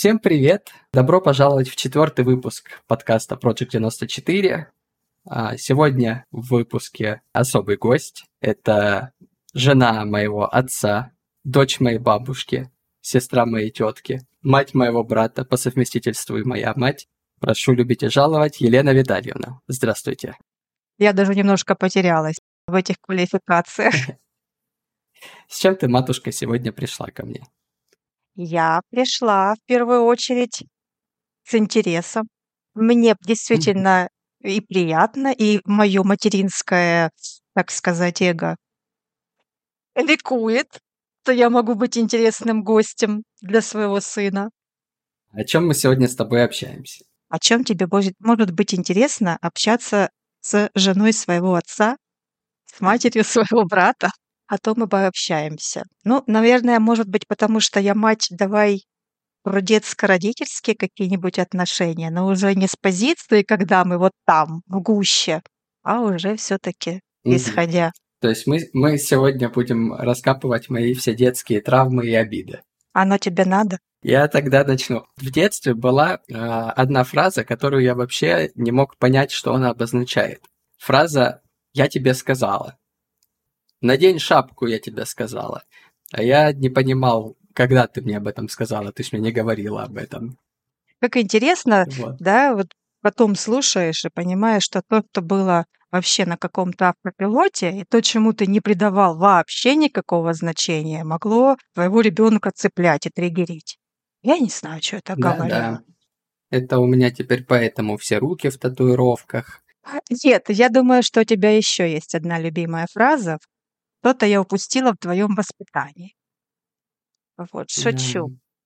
Всем привет! Добро пожаловать в 4-й выпуск подкаста Project 94. Сегодня в выпуске особый гость. Это жена моего отца, дочь моей бабушки, сестра моей тетки, мать моего брата, по совместительству и моя мать. Прошу любить и жаловать, Елена Витальевна. Здравствуйте. Я даже немножко потерялась в этих квалификациях. С чем ты, матушка, сегодня пришла ко мне? Я пришла в первую очередь с интересом. Мне действительно и приятно, и мое материнское, так сказать, эго ликует, что я могу быть интересным гостем для своего сына. О чем мы сегодня с тобой общаемся? О чем тебе может быть интересно общаться с женой своего отца, с матерью своего брата? О том мы пообщаемся. Ну, наверное, может быть, потому что я мать, давай про детско-родительские какие-нибудь отношения, но уже не с позиции, когда мы вот там, в гуще, а уже все-таки исходя. То есть мы сегодня будем раскапывать мои все детские травмы и обиды. Оно тебе надо? Я тогда начну. В детстве была одна фраза, которую я вообще не мог понять, что она обозначает. Фраза «я тебе сказала». «Надень шапку, я тебе сказала». А я не понимал, когда ты мне об этом сказала, ты ж мне не говорила об этом. Как интересно, Вот. да, вот потом слушаешь и понимаешь, что то, что было вообще на каком-то автопилоте, и то, чему ты не придавал вообще никакого значения, могло твоего ребенка цеплять и триггерить. Я не знаю, что это говорило. Да. Это у меня теперь поэтому все руки в татуировках. Нет, я думаю, что у тебя еще есть одна любимая фраза. Что-то я упустила в твоем воспитании. Вот, шучу.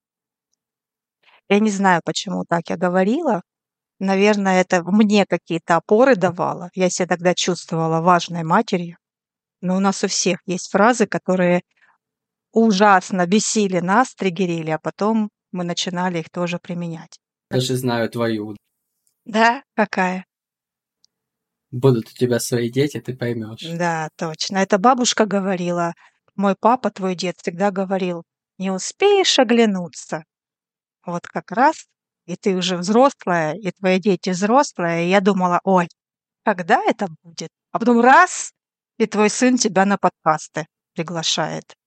Я не знаю, почему так я говорила. Наверное, это мне какие-то опоры давало. Я себя тогда чувствовала важной матерью. Но у нас у всех есть фразы, которые ужасно бесили нас, триггерили, а потом мы начинали их тоже применять. Даже знаю твою. Да? Какая? Будут у тебя свои дети, ты поймешь. Да, точно. Это бабушка говорила. Мой папа, твой дед, всегда говорил: не успеешь оглянуться. Вот как раз, и ты уже взрослая, и твои дети взрослые. И я думала: ой, когда это будет? А потом раз, и твой сын тебя на подкасты приглашает.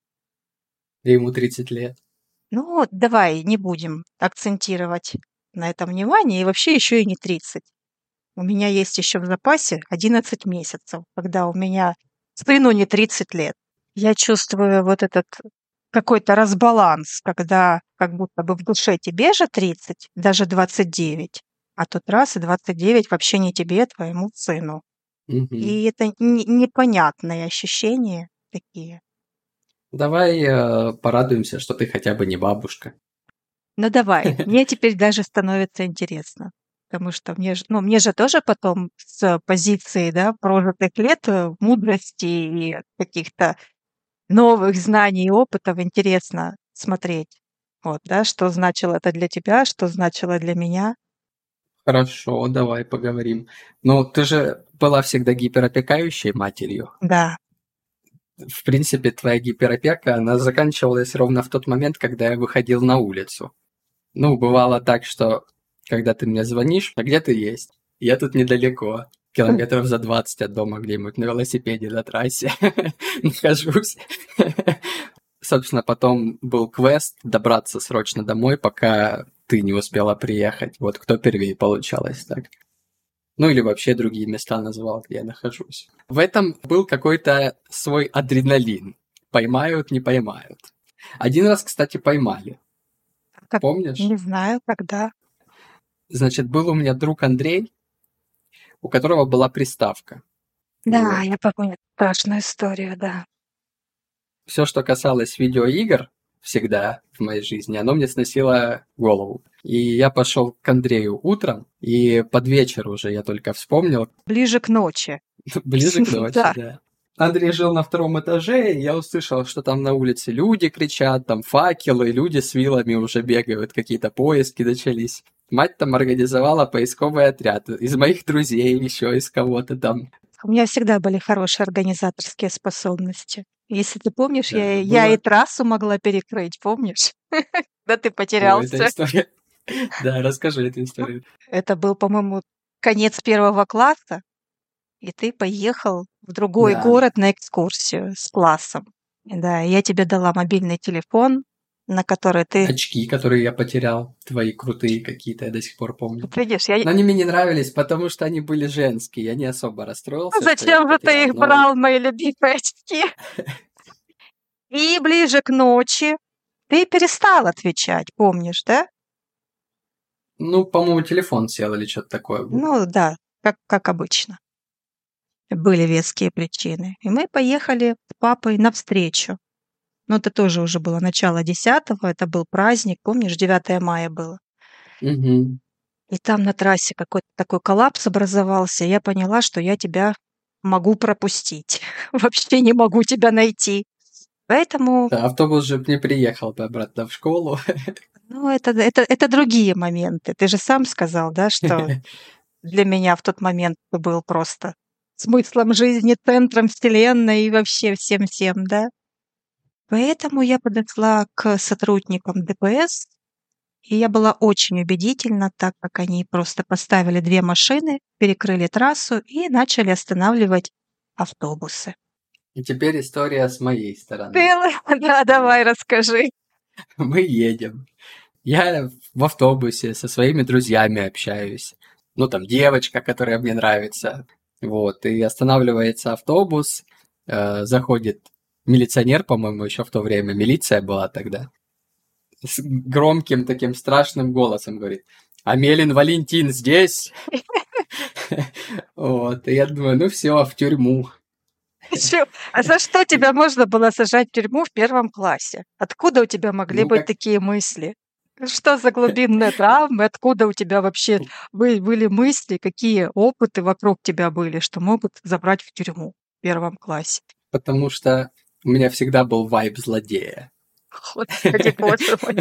И ему 30 лет. Ну, давай не будем акцентировать на этом внимание. И вообще еще и не 30. У меня есть еще в запасе 11 месяцев, когда у меня сыну не 30 лет. Я чувствую вот этот какой-то разбаланс, когда как будто бы в душе тебе же 30, даже 29, а тут раз и 29 вообще не тебе, а твоему сыну. И это непонятные ощущения такие. Давай порадуемся, что ты хотя бы не бабушка. Ну давай, мне теперь даже становится интересно. Потому что мне же тоже потом с позиции, да, прожитых лет, мудрости и каких-то новых знаний и опытов интересно смотреть. Вот, да, что значило это для тебя, что значило для меня. Хорошо, давай поговорим. Но ты же была всегда гиперопекающей матерью. Да. В принципе, твоя гиперопека, она заканчивалась ровно в тот момент, когда я выходил на улицу. Ну, бывало так, что когда ты мне звонишь, а где ты есть? Я тут недалеко, километров за 20 от дома где-нибудь на велосипеде на трассе нахожусь. Собственно, потом был квест добраться срочно домой, пока ты не успела приехать. Вот кто первее получалось так. Ну или вообще другие места назвал, где я нахожусь. В этом был какой-то свой адреналин. Поймают, не поймают. Один раз, кстати, поймали. Помнишь? Не знаю, когда. Значит, был у меня друг Андрей, у которого была приставка. Да, я помню. Страшная история, да. Все, что касалось видеоигр, всегда в моей жизни, оно мне сносило голову. И я пошел к Андрею утром, и под вечер уже я только вспомнил. Ближе к ночи. Ближе к ночи, да. Андрей жил на 2-м этаже, и я услышал, что там на улице люди кричат, там факелы, люди с вилами уже бегают, какие-то поиски начались. Мать там организовала поисковый отряд из моих друзей, еще из кого-то там. У меня всегда были хорошие организаторские способности. Если ты помнишь, Да, я и трассу могла перекрыть, помнишь? Да ты О, эта потерялся. история. Да, расскажи эту историю. Это был, по-моему, конец 1 класса, и ты поехал в другой Да. город на экскурсию с классом. Да, я тебе дала мобильный телефон, на который ты... Очки, которые я потерял, твои крутые какие-то, я до сих пор помню. Вот видишь, я... Но они мне не нравились, потому что они были женские. Я не особо расстроился, что я их Зачем же ты потерял, их но брал, мои любимые очки? И ближе к ночи ты перестал отвечать, помнишь, да? ну, по-моему, телефон сел или что-то такое было. Ну да, как обычно. Были веские причины. И мы поехали с папой навстречу. Но это тоже уже было начало 10-го, это был праздник, помнишь, 9 мая было. Мгм. И там на трассе какой-то такой коллапс образовался. И я поняла, что я тебя могу пропустить. Вообще не могу тебя найти. Поэтому, Да, автобус же не приехал бы обратно в школу. ну, это другие моменты. Ты же сам сказал, да, что для меня в тот момент ты был просто смыслом жизни, центром вселенной и вообще всем-всем, да. Поэтому я подошла к сотрудникам ДПС, и я была очень убедительна, так как они просто поставили 2 машины, перекрыли трассу и начали останавливать автобусы. И теперь история с моей стороны. Целый Да, Вот. давай расскажи. Мы едем. Я в автобусе со своими друзьями общаюсь. Ну, там девочка, которая мне нравится. Вот, и останавливается автобус, заходит милиционер, по-моему, еще в то время, милиция была тогда, с громким таким страшным голосом говорит: «Амелин Валентин здесь?» Вот, и я думаю, ну все, в тюрьму. Чё? А за что тебя можно было сажать в тюрьму в 1 классе? Откуда у тебя могли Ну, быть как такие мысли? Что за глубинные травмы? Откуда у тебя вообще были мысли? Какие опыты вокруг тебя были, что могут забрать в тюрьму в 1 классе? потому что у меня всегда был вайб злодея. Господи, боже мой.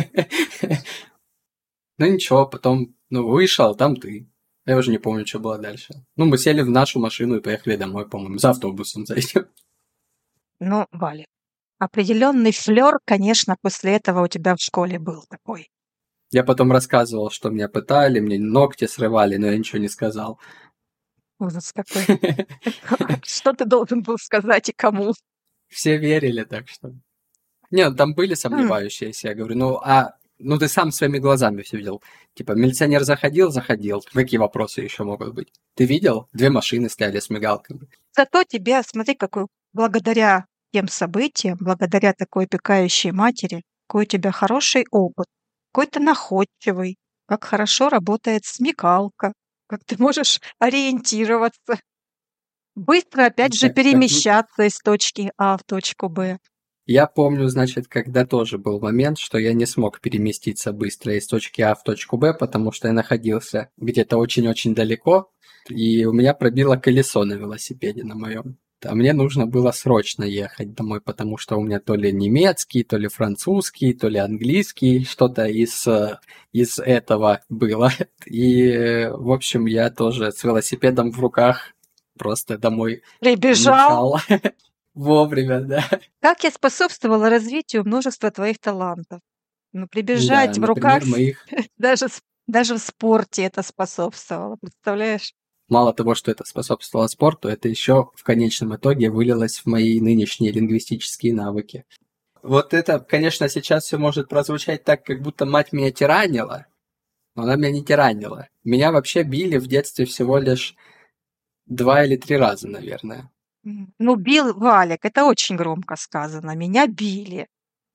Ну ничего, потом, ну, вышел, там ты. Я уже не помню, что было дальше. Ну, мы сели в нашу машину и поехали домой, по-моему, за автобусом за этим. Ну, Валя, определенный флёр, конечно, после этого у тебя в школе был такой. Я потом рассказывал, что меня пытали, мне ногти срывали, но я ничего не сказал. Ужас какой. Что ты должен был сказать и кому? Все верили, так что... Нет, там были М, сомневающиеся. Я говорю, ну ты сам своими глазами все видел. Типа, милиционер заходил. Какие вопросы еще могут быть? Ты видел? 2 машины стояли с мигалками. Зато тебя, смотри, какой благодаря тем событиям, благодаря такой опекающей матери, какой у тебя хороший опыт, какой ты находчивый, как хорошо работает смекалка, как ты можешь ориентироваться, быстро, опять же, Как перемещаться из точки А в точку Б. Я помню, значит, когда тоже был момент, что я не смог переместиться быстро из точки А в точку Б, потому что я находился где-то очень-очень далеко, и у меня пробило колесо на велосипеде на моем. А мне нужно было срочно ехать домой, потому что у меня то ли немецкий, то ли французский, то ли английский, что-то из этого было. И, в общем, я тоже с велосипедом в руках просто домой Прибежал. мчал вовремя, да. Как я способствовала развитию множества твоих талантов? Ну, Да, прибежать в руках, например, моих даже в спорте это способствовало, представляешь? мало того, что это способствовало спорту, это еще в конечном итоге вылилось в мои нынешние лингвистические навыки. Вот это, конечно, сейчас все может прозвучать так, как будто мать меня тиранила, но она меня не тиранила. Меня вообще били в детстве всего лишь 2 или 3 раза, наверное. Ну, бил Валик, это очень громко сказано. Меня били.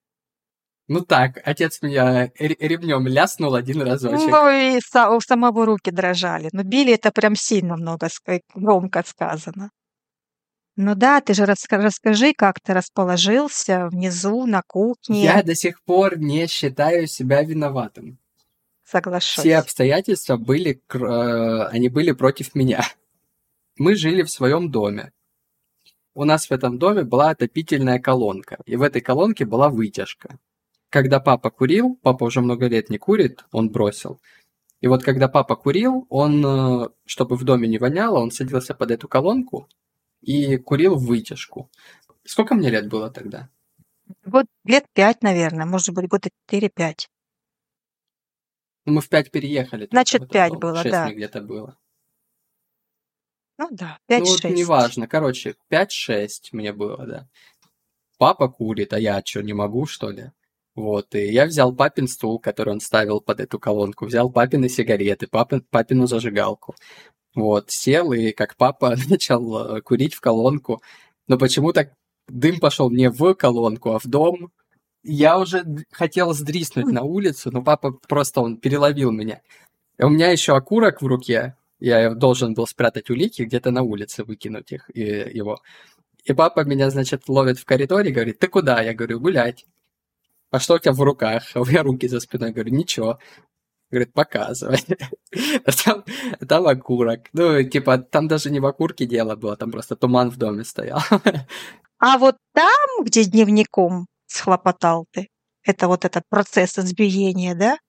Ну так, отец меня ремнем ляснул один разочек. Ну, и у самого руки дрожали. Но били это прям сильно громко сказано. Ну да, ты же расскажи, как ты расположился внизу на кухне. Я до сих пор не считаю себя виноватым. Все Соглашусь. обстоятельства они были против меня. Мы жили в своем доме. У нас в этом доме была отопительная колонка, и в этой колонке была вытяжка. Когда папа курил, папа уже много лет не курит, он бросил. И вот когда папа курил, он, чтобы в доме не воняло, он садился под эту колонку и курил в вытяжку. Сколько мне лет было тогда? Год лет 5, наверное, может быть, года 4-5. Ну, мы в 5 переехали только в Значит, этот 5 дом. было, 6 да. мне где-то было. Ну да, Ну вот 5-6. неважно. Короче, 5-6 мне было, да. Папа курит, а я что, не могу, что ли? Вот, и я взял папин стул, который он ставил под эту колонку, взял папины сигареты, папину зажигалку. Вот, сел и как папа начал курить в колонку. Но почему-то дым пошел не в колонку, а в дом. Я уже хотел сдриснуть на улицу, но папа просто, он переловил меня. И у меня еще окурок в руке. Я должен был спрятать улики, где-то на улице выкинуть их, его. И папа меня, значит, ловит в коридоре, говорит, ты куда? Я говорю, гулять. А что у тебя в руках? А у меня руки за спиной. Я говорю, ничего. Говорит, показывай. А там окурок. Ну, типа, там даже не в окурке дело было, там просто туман в доме стоял. А вот там, где дневником схлопотал ты, это вот этот процесс избиения, да?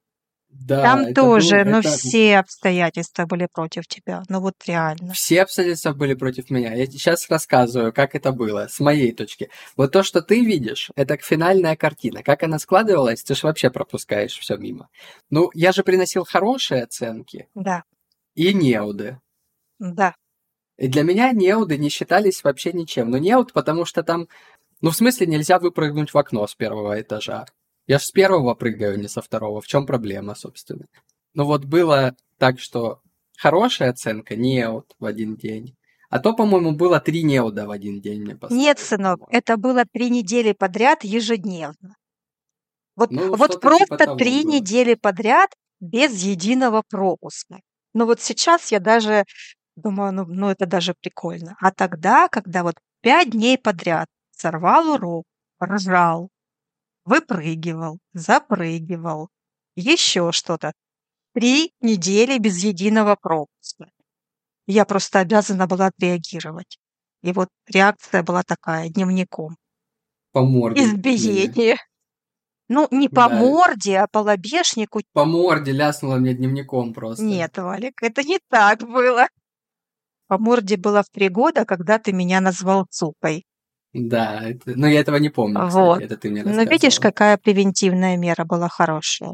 Да, Там тоже, но это все обстоятельства были против тебя. Ну вот реально. все обстоятельства были против меня. Я сейчас рассказываю, как это было, с моей точки. Вот то, что ты видишь, это финальная картина. Как она складывалась, ты же вообще пропускаешь все мимо. Ну, я же приносил хорошие оценки Да, и неуды. да. И для меня неуды не считались вообще ничем. Ну, неуд, потому что там, ну, в смысле, нельзя выпрыгнуть в окно с первого этажа. Я ж с первого прыгаю, не со второго. В чем проблема, собственно? Ну, вот было так, что хорошая оценка, неуд в один день. А то, по-моему, было 3 неуда в один день мне Нет, поставили, сынок, по-моему. это было 3 недели подряд ежедневно. Вот, Ну, вот что-то типа просто того 3 было. недели подряд без единого пропуска. Но вот сейчас я даже думаю, ну это даже прикольно. А тогда, когда вот 5 дней подряд сорвал урок, ржал, выпрыгивал, запрыгивал, еще что-то. 3 недели без единого пропуска. Я просто обязана была отреагировать. И вот реакция была такая, дневником. По морде мне. Избиение. Ну, не по Да, морде, а по лобешнику. по морде ляснула мне дневником просто. Нет, Валик, это не так было. По морде было в 3 года, когда ты меня назвал цукой. Да, но я этого не помню, кстати, Вот. это ты мне Но видишь, рассказывала. какая превентивная мера была хорошая.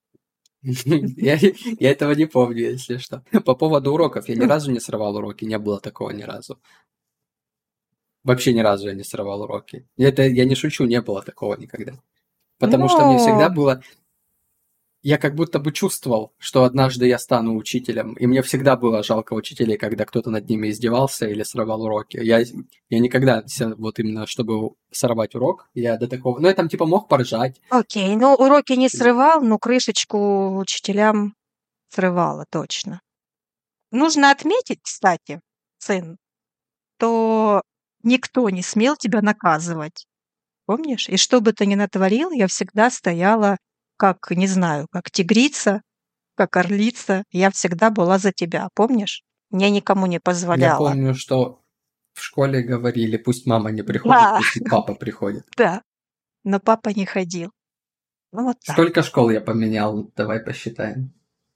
Я этого не помню, если что. По поводу уроков, я ни разу не срывал уроки, не было такого ни разу. Вообще ни разу я не срывал уроки. Я не шучу, не было такого никогда. Потому что мне всегда Ну, было... Я как будто бы чувствовал, что однажды я стану учителем, и мне всегда было жалко учителей, когда кто-то над ними издевался или срывал уроки. Я никогда, вот именно, чтобы сорвать урок, я до такого... Ну, я там типа мог поржать. окей, ну уроки не срывал, но крышечку учителям срывала точно. Нужно отметить, кстати, сын, что никто не смел тебя наказывать. Помнишь? И что бы ты ни натворил, я всегда стояла как, не знаю, как тигрица, как орлица. Я всегда была за тебя, помнишь? Я никому не Я позволяла. помню, что в школе говорили, пусть мама не приходит, Да, пусть папа приходит. да. Но папа не ходил. Ну вот так. Сколько школ я поменял? Давай посчитаем.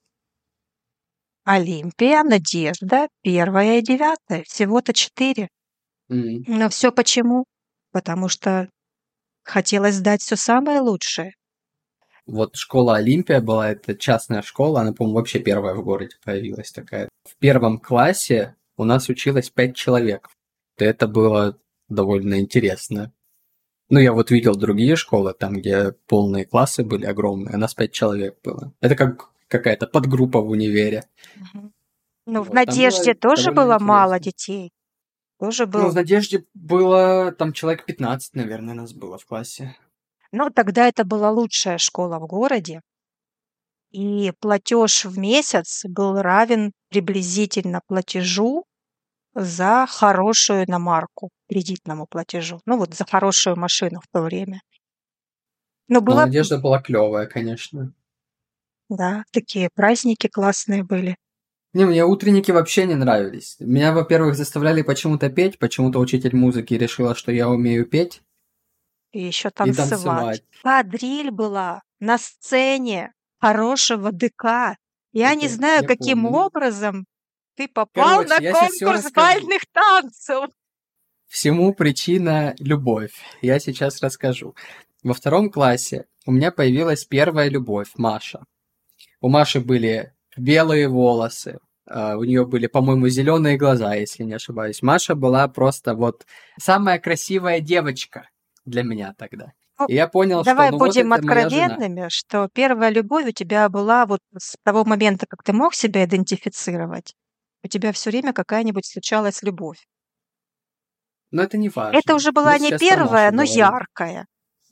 Олимпия, Надежда, 1 и 9. Всего-то 4. М. Но все почему? Потому что хотелось сдать все самое лучшее. Вот школа Олимпия была, это частная школа, она, по-моему, вообще первая в городе появилась такая. В первом классе у нас училось 5 человек. И это было довольно интересно. Ну, я вот видел другие школы, там, где полные классы были огромные, у нас 5 человек было. Это как какая-то подгруппа в универе. Мгм. Ну, в Вот, там было Надежде тоже довольно было мало интересно. детей. Тоже Ну, в был. Надежде было, там человек 15, наверное, нас было в классе. Ну, тогда это была лучшая школа в городе, и платеж в месяц был равен приблизительно платежу за хорошую иномарку, кредитному платежу. Ну, вот за хорошую машину в то время. Но Но было, Надежда была клевая, конечно. да, такие праздники классные были. Не, мне утренники вообще не нравились. Меня, во-первых, заставляли почему-то петь, почему-то учитель музыки решила, что я умею петь И еще и танцевать. танцевать. Кадриль была на сцене хорошего ДК. Я не знаю, Я каким помню. Ну, образом ты попал на короче, я сейчас все конкурс расскажу. бальных танцев. Всему причина любовь. Я сейчас расскажу. Во 2 классе у меня появилась первая любовь, Маша. У Маши были белые волосы, у нее были, по-моему, зеленые глаза, если не ошибаюсь. Маша была просто вот самая красивая девочка для меня тогда. Ну, И я понял, что давай ну вот будем это моя жена. откровенными, что первая любовь у тебя была вот с того момента, как ты мог себя идентифицировать. У тебя все время какая-нибудь случалась любовь. Но это не Это важно. уже Мы была не сейчас про первая, Машу но говорим. яркая.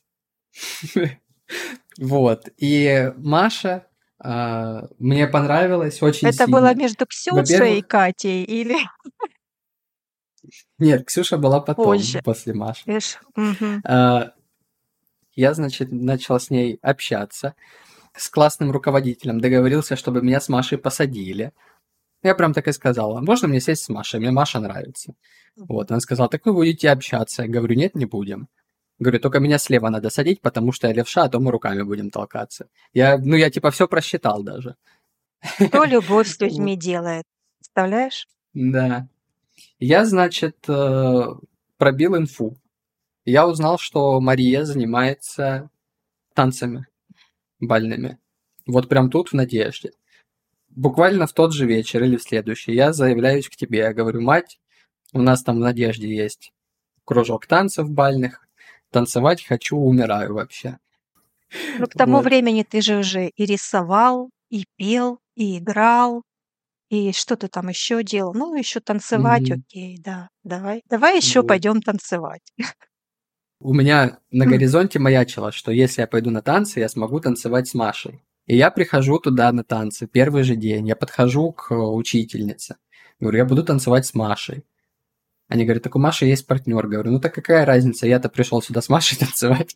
Вот. И Маша мне понравилась очень Это было сильно. между Ксюшей и Во-первых, Катей или нет, Ксюша была потом, позже? после Маши. Видишь? Мгм. А, Я, значит, начал с ней общаться, с классным руководителем, договорился, чтобы меня с Машей посадили. Я прям так и сказал: можно мне сесть с Машей, мне Маша нравится. Вот, она сказала: так вы будете общаться. Я говорю: нет, не будем. Говорю: только меня слева надо садить, потому что я левша, а то мы руками будем толкаться. Я типа все просчитал даже. Что любовь с Вот. людьми делает? Представляешь? Да. Я, значит, пробил инфу. Я узнал, что Мария занимается танцами бальными. Вот прям тут, в Надежде. Буквально в тот же вечер или в следующий я заявляюсь к тебе. Я говорю: мать, у нас там в Надежде есть кружок танцев бальных. Танцевать хочу, умираю вообще. Ну, к тому Вот. времени ты же уже и рисовал, и пел, и играл, и что ты там еще делал? Ну, еще танцевать, Мгм. окей, да. Давай еще Вот. пойдем танцевать. У меня на горизонте маячило, что если я пойду на танцы, я смогу танцевать с Машей. И я прихожу туда на танцы, первый же день. Я подхожу к учительнице. Говорю: я буду танцевать с Машей. Они говорят: так у Маши есть партнер. Говорю: ну так какая разница, я-то пришел сюда с Машей танцевать.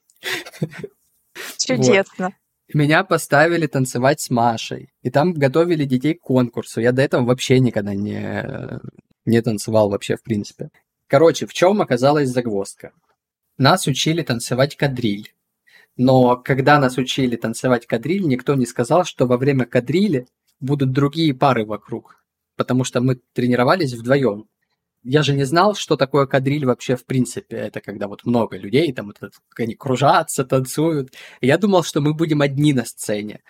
Вот. Чудесно. Меня поставили танцевать с Машей. И там готовили детей к конкурсу. Я до этого вообще никогда не танцевал вообще, в принципе. Короче, в чем оказалась загвоздка? Нас учили танцевать кадриль. Но когда нас учили танцевать кадриль, никто не сказал, что во время кадрили будут другие пары вокруг. Потому что мы тренировались вдвоем. Я же не знал, что такое кадриль вообще в принципе. Это когда вот много людей, там вот они кружатся, танцуют. И я думал, что мы будем одни на сцене.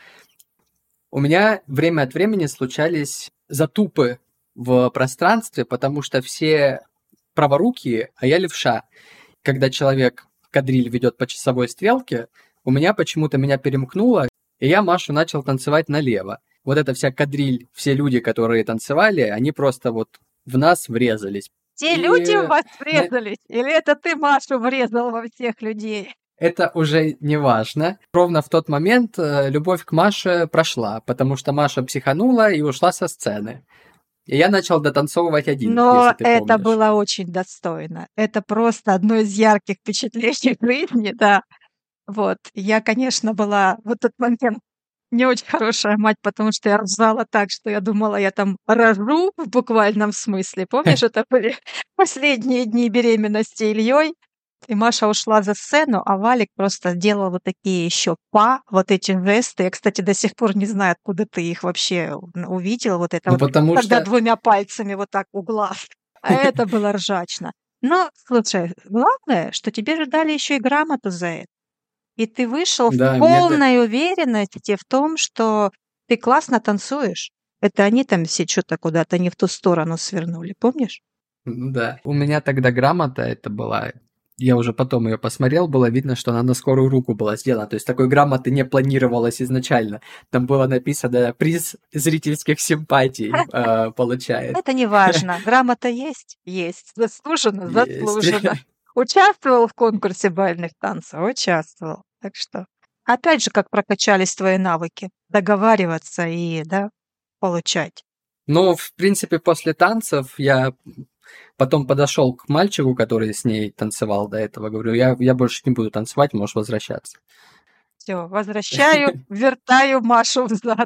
У меня время от времени случались затупы в пространстве, потому что все праворукие, а я левша. Когда человек кадриль ведет по часовой стрелке, у меня почему-то меня перемкнуло, и я Машу начал танцевать налево. Вот эта вся кадриль, все люди, которые танцевали, они просто вот в нас врезались. Те люди в И вас на- врезались? Или это ты Машу врезал во всех людей? это уже не важно. Ровно в тот момент любовь к Маше прошла, потому что Маша психанула и ушла со сцены. И я начал дотанцовывать один, если Но ты это помнишь. было очень достойно. Это просто одно из ярких впечатлений в жизни, да. Вот. Я, конечно, была в этот момент не очень хорошая мать, потому что я ржала так, что я думала, я там рожу в буквальном смысле. Помнишь, это были последние дни беременности Ильей, и Маша ушла за сцену, а Валик просто делал вот такие еще вот эти жесты. Я, кстати, до сих пор не знаю, откуда ты их вообще увидел. Вот это Ну, вот, потому когда что... двумя пальцами вот так у глаз. А это было ржачно. Но, слушай, главное, что тебе же дали еще и грамоту за это. И ты вышел в Да, полной уверенности в том, что ты классно танцуешь. Это они там все что то куда-то не в ту сторону свернули, помнишь? Да. У меня тогда грамота это была. Я уже потом ее посмотрел, было видно, что она на скорую руку была сделана. То есть такой грамоты не планировалось изначально. Там было написано: приз зрительских симпатий получает. Это не важно. Грамота есть? Есть. Заслуженно? Есть. Заслуженно. Участвовал в конкурсе бальных танцев? Участвовал. Так что опять же, как прокачались твои навыки договариваться и, да, получать. Ну, в принципе, после танцев я потом подошел к мальчику, который с ней танцевал до этого. Говорю: я больше не буду танцевать, можешь возвращаться. Все, возвращаю, вертаю Машу взад.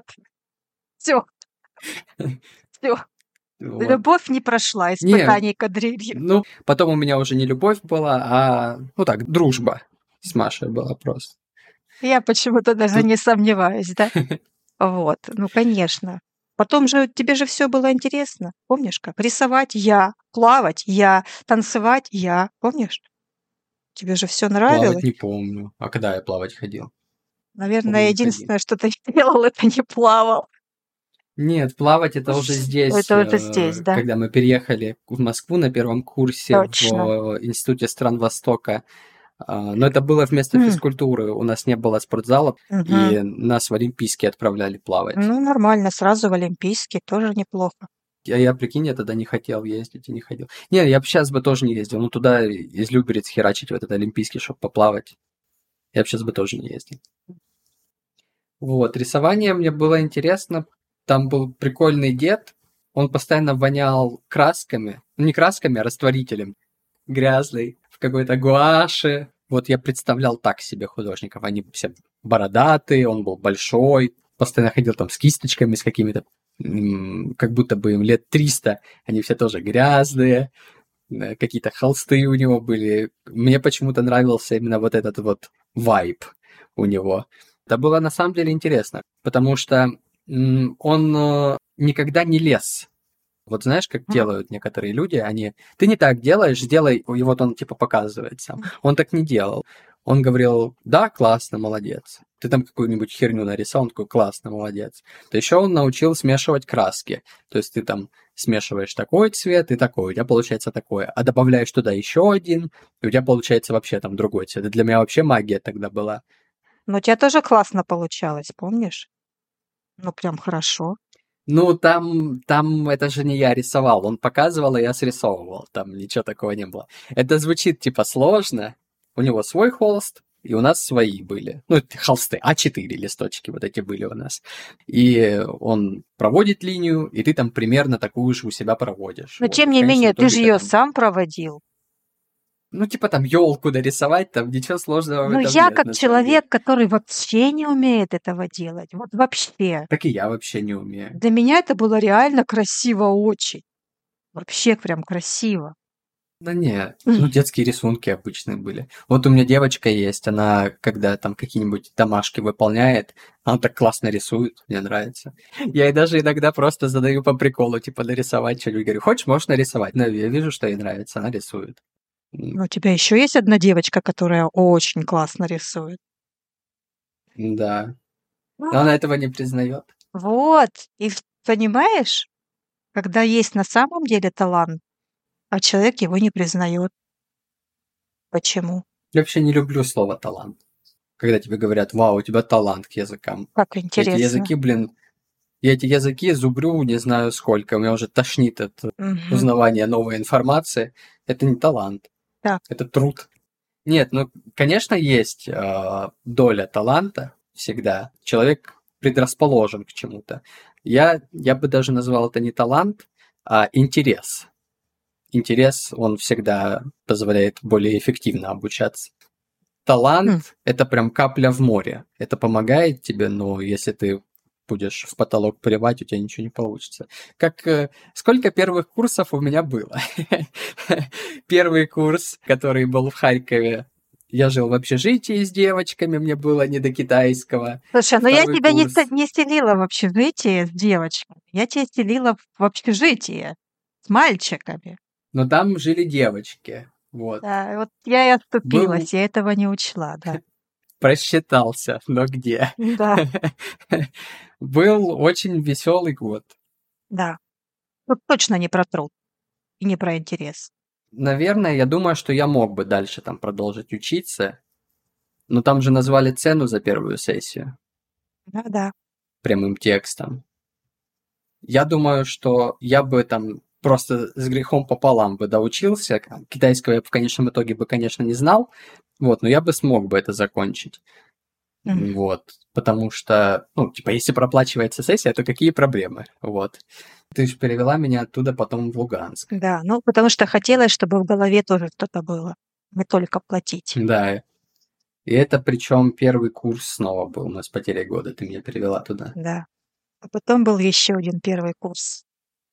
Все, все. Вот. Любовь не прошла Не, испытаний кадрилью. ну, потом у меня уже не любовь была, а, ну так, дружба с Машей была просто. Я почему-то даже Тут не сомневаюсь, да? Вот, ну, конечно. Потом же тебе же все было интересно. Помнишь как? Рисовать я, плавать я, танцевать я. Помнишь? Тебе же все Плавать нравилось. не помню. А когда я плавать ходил? Наверное, Помню, не ходил. единственное, что ты делал, это не плавал. Нет, плавать это уже здесь, Это вот здесь, да, когда мы переехали в Москву на первом курсе точно. в Институте стран Востока. Но это было вместо М, физкультуры. У нас не было спортзала, мгм. и нас в Олимпийский отправляли плавать. Ну, нормально, сразу в олимпийский, тоже неплохо. Я, прикинь, я тогда не хотел ездить и не ходил. Не, я бы сейчас бы тоже не ездил. Ну, туда из Люберец херачить в этот Олимпийский, чтобы поплавать. Я бы сейчас бы тоже не ездил. Вот, рисование мне было интересно. Там был прикольный дед. Он постоянно вонял красками. Ну, не красками, а растворителем. Грязный, в какой-то гуаше. Вот я представлял так себе художников. Они все бородатые, он был большой. Постоянно ходил там с кисточками, с какими-то... как будто бы им лет 300. Они все тоже грязные. Какие-то холсты у него были. Мне почему-то нравился именно вот этот вот вайб у него. Это было на самом деле интересно, потому что он никогда не лез. Вот знаешь, как М, делают некоторые люди, они... Ты не так делаешь, сделай, и вот он типа показывает сам. Он так не делал. Он говорил, да, классно, молодец. Ты там какую-нибудь херню нарисовал, он такой, классно, молодец. То еще он научил смешивать краски. То есть ты там смешиваешь такой цвет и такой, у тебя получается такое. А добавляешь туда еще один, и у тебя получается вообще там другой цвет. И для меня вообще магия тогда была. Ну, у тебя тоже классно получалось, помнишь? Ну, прям хорошо. Ну, там это же не я рисовал, он показывал, и я срисовывал, там ничего такого не было. Это звучит типа сложно, у него свой холст, и у нас свои были. Ну, это холсты, А4 листочки вот эти были у нас. И он проводит линию, и ты там примерно такую же у себя проводишь. Но, Вот. тем И в не конечном менее, ты же итоге ты ее там, сам проводил. ну, типа там елку нарисовать, там ничего сложного в Ну, этом я нет, как на самом деле. человек, который вообще не умеет этого делать, вот вообще. Так и я вообще не умею. Для меня это было реально красиво очень. Вообще прям красиво. Да нет, ну детские рисунки обычные были. Вот у меня девочка есть, она когда там какие-нибудь домашки выполняет, она так классно рисует, мне нравится. Я ей даже иногда просто задаю по приколу, типа нарисовать что-нибудь. Говорю, хочешь, можешь нарисовать. Но я вижу, что ей нравится, она рисует. Ну, у тебя еще есть одна девочка, которая очень классно рисует. Да. Но А, она этого не признает. вот. И понимаешь, когда есть на самом деле талант, а человек его не признает. Почему? Я вообще не люблю слово талант. Когда тебе говорят, вау, у тебя талант к языкам. Как Эти интересно. языки, блин, я эти языки зубрю не знаю сколько. Меня уже тошнит от Мгм. узнавания новой информации. Это не талант. Так. Это труд. Нет, ну, конечно, есть доля таланта всегда. Человек предрасположен к чему-то. Я бы даже назвал это не талант, а интерес. Интерес, он всегда позволяет более эффективно обучаться. М. Талант– это прям капля в море. Это помогает тебе, но если ты будешь в потолок поливать, у тебя ничего не получится. Как сколько первых курсов у меня было? Первый курс, который был в Харькове, я жил в общежитии с девочками, мне было не до китайского. Слушай, ну я Второй тебя курс, не селила в общежитие с девочками. Я тебя селила в общежитие с мальчиками. но там жили девочки. Вот. Да, вот я и Был, оступилась, я этого не учла, да. просчитался, но где? Да, Был очень веселый год. да. Тут точно не про труд и не про интерес. Наверное, я думаю, что я мог бы дальше там продолжить учиться, но там же назвали цену за первую сессию Да-да. прямым текстом. Я думаю, что я бы там просто с грехом пополам бы доучился. Китайского я бы в конечном итоге бы, конечно, не знал, вот, но я бы смог бы это закончить. М. Вот, потому что, ну, типа, если проплачивается сессия, то какие проблемы? Вот. Ты же перевела меня оттуда потом в Луганск. Да, ну, потому что хотелось, чтобы в голове тоже что-то было, не только платить. Да, и это причем первый курс снова был, мы с потерей года, ты меня перевела туда. Да. А потом был еще один первый курс.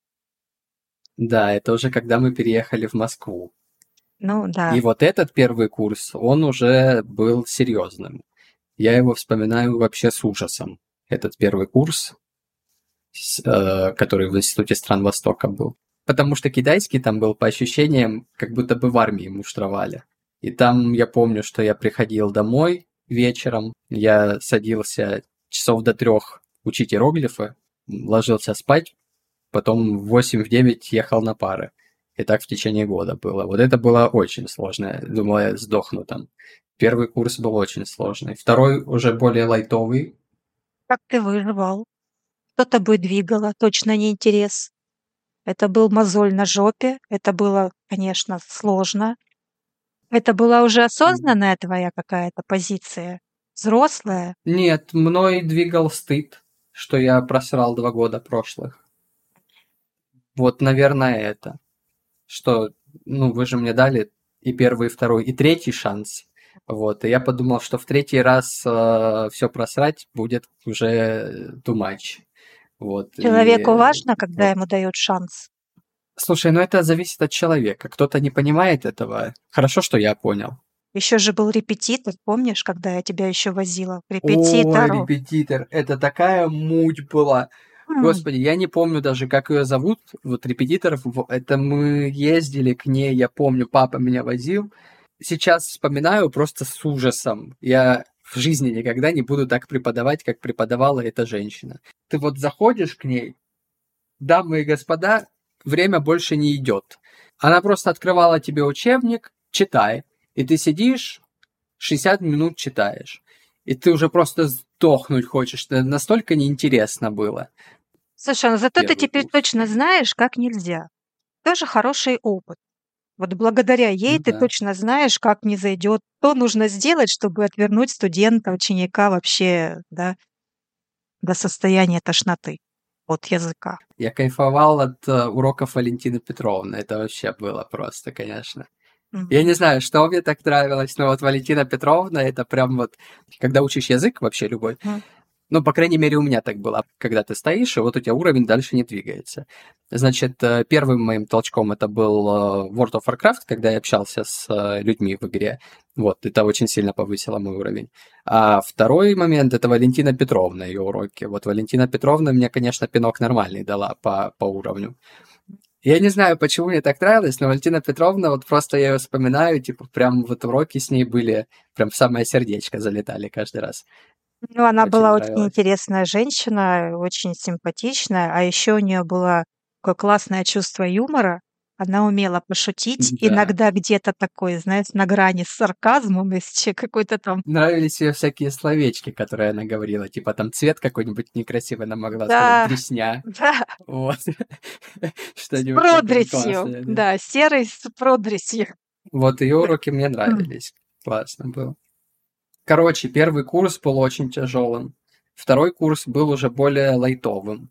Да, это уже когда мы переехали в Москву. Ну И да. вот этот первый курс, он уже был серьезным. Я его вспоминаю вообще с ужасом. Этот первый курс. который в Институте стран Востока был. Потому что китайский там был, по ощущениям, как будто бы в армии муштровали. И там я помню, что я приходил домой вечером, я садился часов до 3 учить иероглифы, ложился спать, потом в 8-9 ехал на пары. И так в течение года было. Вот это было очень сложно. Думал, я сдохну там. Первый курс был очень сложный. Второй уже более лайтовый. Как ты выживал? Что тобой двигало? Точно не интерес. Это был мозоль на жопе. Это было, конечно, сложно. Это была уже осознанная твоя какая-то позиция? Взрослая? Нет, мной двигал стыд, что я просрал 2 года прошлых. Вот, наверное, это. Что, ну, вы же мне дали и первый, и второй, и третий шанс. Вот, и я подумал, что в третий раз все просрать будет уже too much. Вот, Человеку и важно, когда вот. ему дают шанс? Слушай, ну это зависит от человека. Кто-то не понимает этого. Хорошо, что я понял. Еще же был репетитор, помнишь, когда я тебя еще возила к Ой, репетитору? репетитор, это такая муть была. М, Господи, я не помню даже, как ее зовут. Вот репетиторов, это мы ездили к ней, я помню, папа меня возил. Сейчас вспоминаю просто с ужасом. Я в жизни никогда не буду так преподавать, как преподавала эта женщина. Ты вот заходишь к ней, дамы и господа, время больше не идет. Она просто открывала тебе учебник, читай. И ты сидишь, 60 минут читаешь. И ты уже просто сдохнуть хочешь. Это настолько неинтересно было. Слушай, ну зато ты Первый теперь курс. точно знаешь, как нельзя. Тоже хороший опыт. Вот благодаря ей Ну ты да. точно знаешь, как не зайдет, что нужно сделать, чтобы отвернуть студента, ученика вообще, да, до состояния тошноты от языка. Я кайфовал от уроков Валентины Петровны. Это вообще было просто, конечно. Я Мгм. не знаю, что мне так нравилось, но вот Валентина Петровна, это прям вот, когда учишь язык вообще любой, Мгм. ну, по крайней мере, у меня так было. Когда ты стоишь, и вот у тебя уровень дальше не двигается. Значит, первым моим толчком это был World of Warcraft, когда я общался с людьми в игре. Вот, это очень сильно повысило мой уровень. А второй момент — это Валентина Петровна, ее уроки. Вот Валентина Петровна мне, конечно, пинок нормальный дала по уровню. Я не знаю, почему мне так нравилось, но Валентина Петровна, вот просто я ее вспоминаю, типа, прям вот уроки с ней были, прям в самое сердечко залетали каждый раз. Ну, она Очень была очень нравилось. интересная женщина, очень симпатичная, а еще у нее было такое классное чувство юмора. Она умела пошутить, Да. иногда где-то такой, знаешь, на грани с сарказмом, если какой-то там. Нравились ее всякие словечки, которые она говорила, типа там цвет какой-нибудь некрасивый она могла сказать, Да, дресня, да, вот, с что-нибудь такое продресью, классное, да. да, серый с продресью. Вот ее уроки мне М. нравились, классно было. Короче, первый курс был очень тяжелым, второй курс был уже более лайтовым.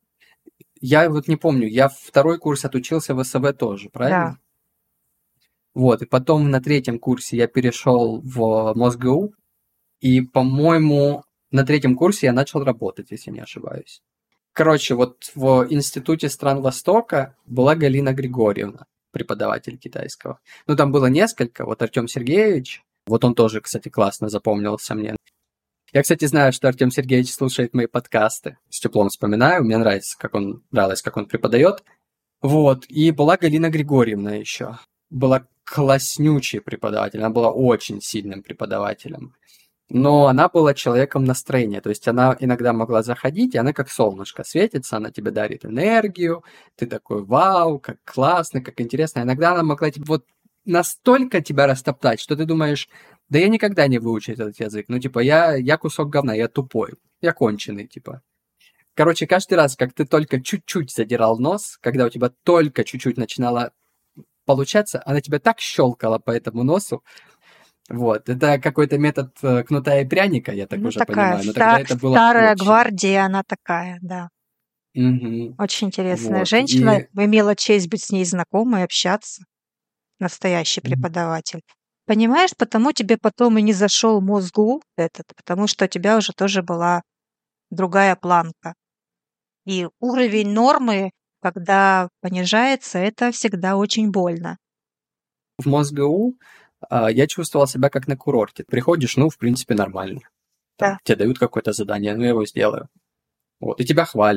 Я вот не помню, я второй курс отучился в СВ тоже, Да. правильно? Вот, и потом на третьем курсе я перешел в МосГУ, и, по-моему, на третьем курсе я начал работать, если не ошибаюсь. Короче, вот в Институте стран Востока была Галина Григорьевна, преподаватель китайского. Ну, там было несколько, вот Артем Сергеевич, вот он тоже, кстати, классно запомнился мне. Я, кстати, знаю, что Артем Сергеевич слушает мои подкасты, с теплом вспоминаю, мне нравилось, как он преподает. Вот, и была Галина Григорьевна еще. Была класснючий преподаватель, она была очень сильным преподавателем. Но она была человеком настроения, то есть она иногда могла заходить, и она как солнышко светится, она тебе дарит энергию, ты такой, вау, как классно, как интересно. Иногда она могла вот настолько тебя растоптать, что ты думаешь, да я никогда не выучу этот язык, ну типа я кусок говна, я тупой, я конченый, типа. Короче, каждый раз, как ты только чуть-чуть задирал нос, когда у тебя только чуть-чуть начинало получаться, она тебя так щелкала по этому носу. Вот, это какой-то метод кнута и пряника, я так Ну, уже такая понимаю, но тогда это было старая очень. гвардия, она такая, да. Мгм. Очень интересная Вот, женщина. и Имела честь быть с ней знакомой, общаться. Настоящий преподаватель. Понимаешь, потому тебе потом и не зашел мозгу этот, потому что у тебя уже тоже была другая планка. И уровень нормы, когда понижается, это всегда очень больно. в МосГУ я чувствовал себя как на курорте. Приходишь, ну, в принципе, нормально. Там Да. тебе дают какое-то задание, ну, я его сделаю. Вот, и тебя хвалят.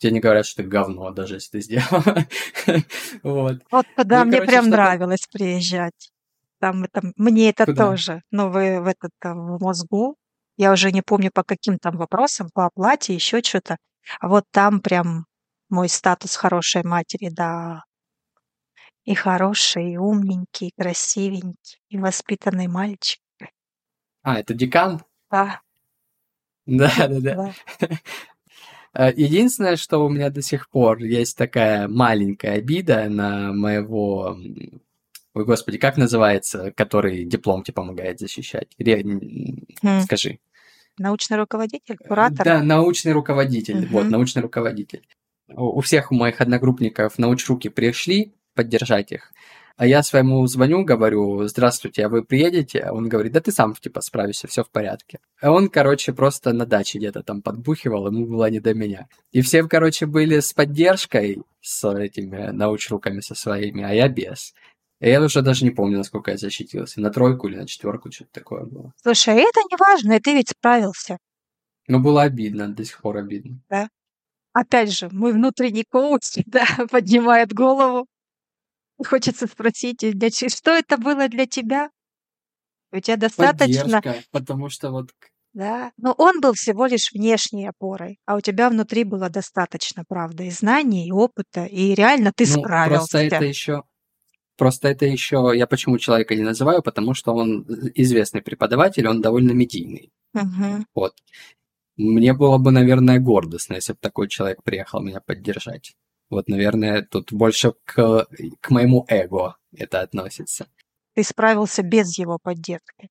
Тебе не говорят, что ты говно, даже если ты сделал. Вот. Вот Ну тогда и, мне короче, прям что-то... нравилось приезжать. Там это, мне это Куда? тоже, ну, в этот, в мозгу. Я уже не помню, по каким там вопросам, по оплате, еще что-то. А вот там прям мой статус хорошей матери, да. И хороший, и умненький, и красивенький, и воспитанный мальчик. А, это декан? Да, Да-да-да. да. Единственное, что у меня до сих пор есть такая маленькая обида на моего... Ой, господи, как называется, который диплом тебе помогает защищать? Хм. Скажи. Научный руководитель, куратор. Да, научный руководитель. Вот, Мгм. научный руководитель. У всех моих одногруппников научруки пришли поддержать их, а я своему звоню, говорю: здравствуйте, а вы приедете? А он говорит: да ты сам, типа, справишься, все в порядке. А он, короче, просто на даче где-то там подбухивал, ему было не до меня. И все, короче, были с поддержкой, с этими научруками со своими, а я без. И я уже даже не помню, насколько я защитился. На 3 или на 4, что-то такое было. Слушай, это не важно, и ты ведь справился, Но было обидно, до сих пор обидно. да? Опять же, мой внутренний коуч, да, поднимает голову. Хочется спросить, что это было для тебя? У тебя достаточно, Поддержка, потому что вот да. Но он был всего лишь внешней опорой, а у тебя внутри было достаточно, правда, и знаний, и опыта, и реально ты ну, справился. просто это еще я почему человека не называю, потому что он известный преподаватель, он довольно медийный. Мгм. Вот. Мне было бы, наверное, гордостно, если бы такой человек приехал меня поддержать. Вот, наверное, тут больше к моему эго это относится. Ты справился без его поддержки.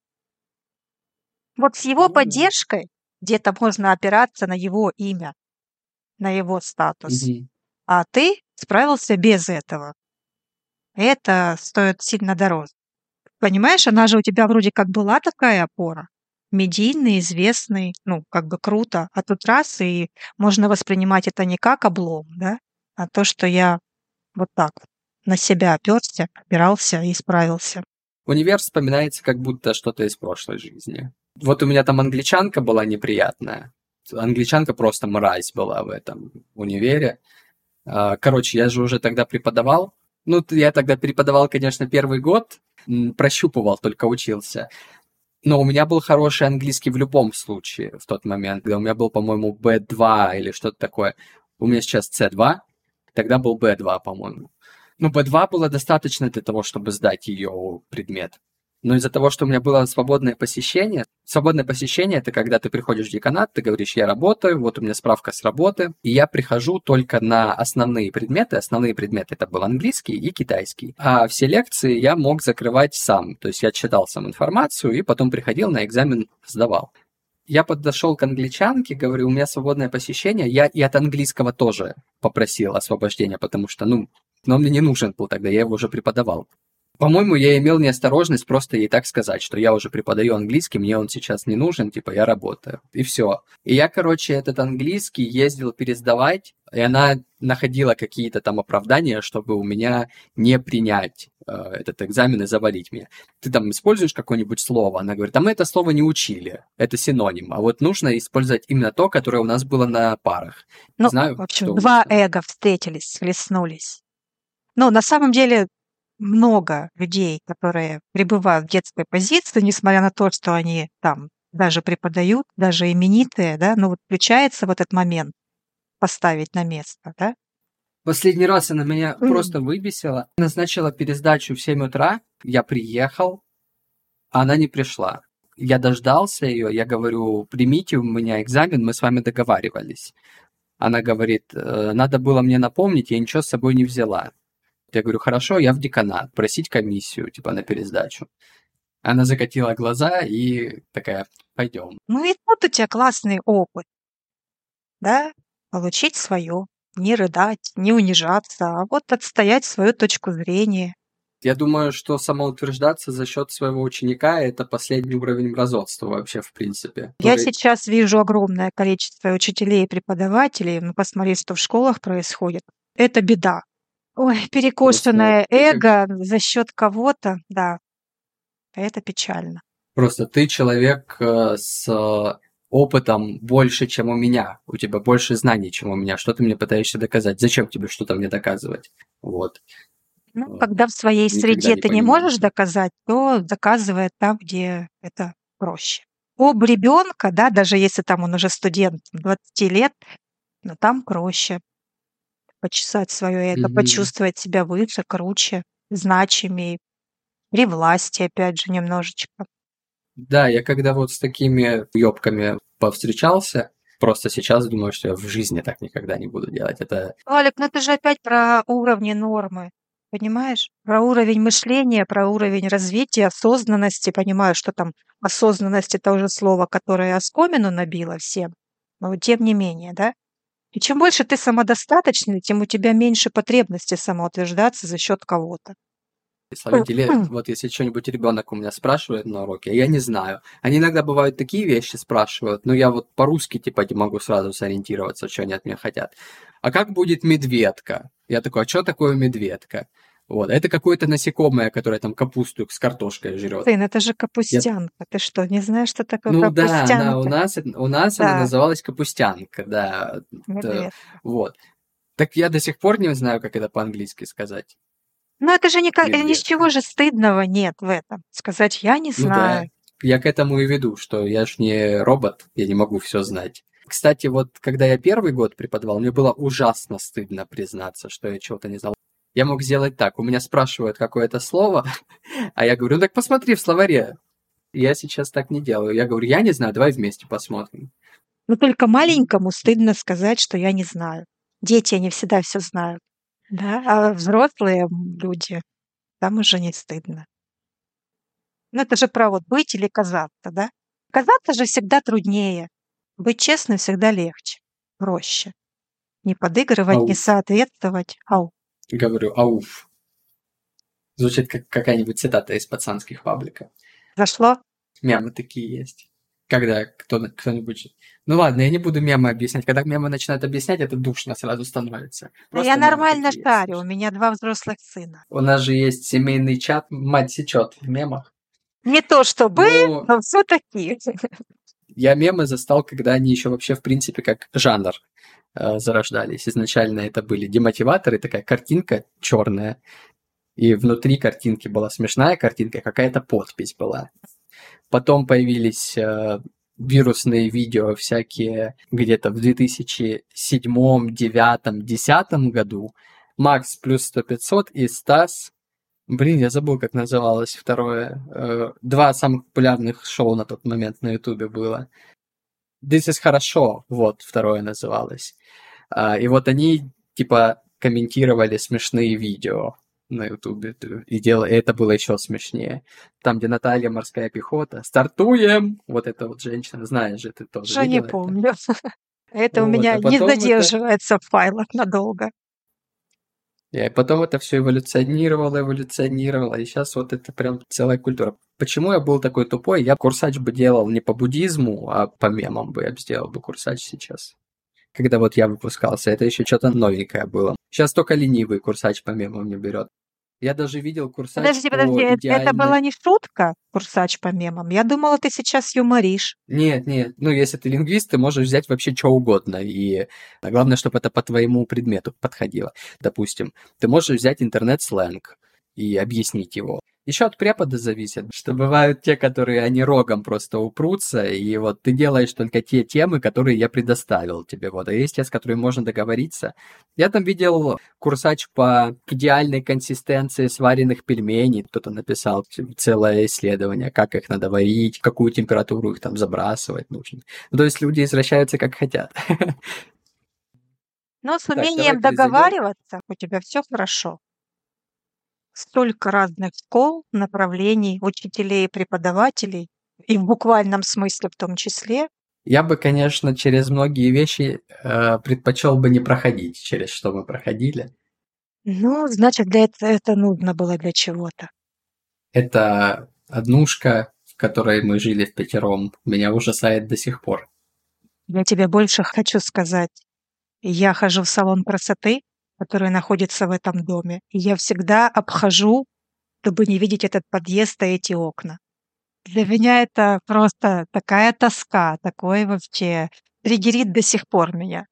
Вот с его Ну да. поддержкой где-то можно опираться на его имя, на его статус. Мгм. А ты справился без этого. Это стоит сильно дороже. Понимаешь, она же у тебя вроде как была такая опора. Медийный, известный, ну, как бы круто. А тут раз, и можно воспринимать это не как облом, да, а то, что я вот так вот на себя оперся, опирался и справился. Универ вспоминается как будто что-то из прошлой жизни. Вот у меня там англичанка была неприятная. Англичанка просто мразь была в этом универе. Короче, я же уже тогда преподавал. Ну, я тогда преподавал, конечно, первый год, прощупывал, только учился. Но у меня был хороший английский в любом случае в тот момент. У меня был, по-моему, B2 или что-то такое. У меня сейчас C2, тогда был B2, по-моему. Ну, B2 было достаточно для того, чтобы сдать ее предмет. Но из-за того, что у меня было свободное посещение это когда ты приходишь в деканат, ты говоришь: я работаю, вот у меня справка с работы, и я прихожу только на основные предметы. Основные предметы это был английский и китайский. А все лекции я мог закрывать сам. То есть я читал сам информацию и потом приходил на экзамен, сдавал. Я подошел к англичанке, говорю: у меня свободное посещение. Я и от английского тоже попросил освобождения, потому что, но он мне не нужен был тогда, я его уже преподавал. По-моему, я имел неосторожность просто ей так сказать, что я уже преподаю английский, мне он сейчас не нужен, типа, я работаю. И все. И я, короче, этот английский ездил пересдавать, и она находила какие-то там оправдания, чтобы у меня не принять этот экзамен и завалить меня. Ты там используешь какое-нибудь слово? Она говорит: а мы это слово не учили, это синоним. А вот нужно использовать именно то, которое у нас было на парах. Ну, в Знаю, общем, что два лучше. эго встретились, схлестнулись. Но на самом деле много людей, которые пребывают в детской позиции, несмотря на то, что они там даже преподают, даже именитые, да, но вот включается в этот момент поставить на место, да. Последний раз она меня М. просто выбесила. Назначила пересдачу в 7 утра. Я приехал, а она не пришла. Я дождался ее, я говорю: примите у меня экзамен, мы с вами договаривались. Она говорит: надо было мне напомнить, я ничего с собой не взяла. Я говорю: хорошо, я в деканат, просить комиссию, типа, на пересдачу. Она закатила глаза и такая: пойдем. Ну и тут у тебя классный опыт, да, получить свое, не рыдать, не унижаться, а вот отстоять свою точку зрения. Я думаю, что самоутверждаться за счет своего ученика – это последний уровень мразотства вообще, в принципе. Я сейчас вижу огромное количество учителей и преподавателей, ну посмотри, что в школах происходит. Это беда. Ой, Просто перекошенное ты как эго за счет кого-то, да, это печально. Просто ты человек с опытом больше, чем у меня, у тебя больше знаний, чем у меня, что ты мне пытаешься доказать, зачем тебе что-то мне доказывать, вот. Ну, когда в своей Никогда среде не ты не понимал можешь этого. доказать, то доказывай там, где это проще. Об ребенка, да, даже если там он уже студент 20 лет, но там проще почесать свое эго, Мгм. почувствовать себя выше, круче, значимей, при власти, опять же, немножечко. Да, я когда вот с такими ёбками повстречался, просто сейчас думаю, что я в жизни так никогда не буду делать. Это Алик, ну это же опять про уровни нормы, понимаешь? Про уровень мышления, про уровень развития, осознанности. Понимаю, что там осознанность — это уже слово, которое оскомину набило всем, но вот тем не менее, да? И чем больше ты самодостаточный, тем у тебя меньше потребности самоутверждаться за счет кого-то. словить. Или вот если что-нибудь ребенок у меня спрашивает на уроке, я не знаю. Они иногда бывают такие вещи спрашивают, но я вот по-русски типа не могу сразу сориентироваться, что они от меня хотят. А как будет медведка? Я такой, а что такое медведка? Вот, это какое-то насекомое, которое там капусту с картошкой жрет. Сын, это же Я, капустянка. Ты что, не знаешь, что такое ну да, она капустянка? у нас она Да, называлась капустянка, да. медведка. Вот. Так я до сих пор не знаю, как это по-английски сказать. Но это же ничего Медведка. же стыдного нет в этом. Сказать: "Я не Ну знаю". да, я к этому и веду, что я ж не робот, я не могу все знать. Кстати, вот когда я первый год преподавал, мне было ужасно стыдно признаться, что я чего-то не знал. Я мог сделать так: у меня спрашивают какое-то слово, а я говорю: "Ну так посмотри в словаре". Я сейчас так не делаю. Я говорю: "Я не знаю, давай вместе посмотрим". Но только маленькому стыдно сказать, что я не знаю. Дети, они всегда все знают, да, а взрослые, люди, там уже не стыдно. Ну, это же про вот быть или казаться, да? Казаться же всегда труднее. Быть честным всегда легче, проще. Не подыгрывать, не Ауф. соответствовать. Ау, Говорю: "Ауф". Звучит как какая-нибудь цитата из пацанских пабликов. зашло? Мемы такие есть. Когда кто-нибудь... Ну ладно, я не буду мемы объяснять. Когда мемы начинают объяснять, это душно сразу становится. Да я Просто мемы нормально такие шарю, у смешные. меня 2 взрослых сына. У нас же есть семейный чат, мать сечет в мемах. Не то чтобы, Ну, но все таки. я мемы застал, когда они еще вообще, в принципе, как жанр зарождались. Изначально это были демотиваторы, такая картинка черная, и внутри картинки была смешная картинка, какая-то подпись была. Потом появились вирусные видео всякие где-то в 2007, 2009, 2010 году. Макс плюс 100-500 и Стас. Блин, я забыл, как называлось второе. Два самых популярных шоу на тот момент на Ютубе было. This is хорошо, вот второе называлось. И вот они типа комментировали смешные видео на Ютубе, и это было еще смешнее. Там, где Наталья морская пехота, стартуем! Вот эта вот женщина, знаешь же, ты тоже Уже не видела это? помню. Это у Вот, меня а не потом это... задерживается в файлах надолго. И потом это все эволюционировало, и сейчас вот это прям целая культура. Почему я был такой тупой? Я курсач бы делал не по буддизму, а по мемам бы я бы сделал бы курсач сейчас. Когда вот я выпускался, это еще что-то новенькое было. Сейчас только ленивый курсач по мемам не берет. Я даже видел курсач Подожди, по это была идеальной... не шутка, курсач по мемам? Я думала, ты сейчас юморишь. Нет, нет, ну если ты лингвист, ты можешь взять вообще что угодно, и главное, чтобы это по твоему предмету подходило. Допустим, ты можешь взять интернет-сленг и объяснить его. Еще от препода зависит, что бывают те, которые они рогом просто упрутся, и вот ты делаешь только те темы, которые я предоставил тебе, вот, а есть те, с которыми можно договориться. Я там видел курсач по идеальной консистенции сваренных пельменей, кто-то написал целое исследование, как их надо варить, какую температуру их там забрасывать нужно. Ну, то есть люди извращаются как хотят. Но с Так, давай умением перезайдем. договариваться у тебя все хорошо. Столько разных школ, направлений, учителей и преподавателей, и в буквальном смысле в том числе. Я бы, конечно, через многие вещи предпочел бы не проходить, через что мы проходили. Ну, значит, для это нужно было для чего-то. Это однушка, в которой мы жили впятером, меня ужасает до сих пор. Я тебе больше хочу сказать. Я хожу в салон красоты, который находится в этом доме, и я всегда обхожу, чтобы не видеть этот подъезд и эти окна. Для меня это просто такая тоска, такое вообще триггерит до сих пор меня.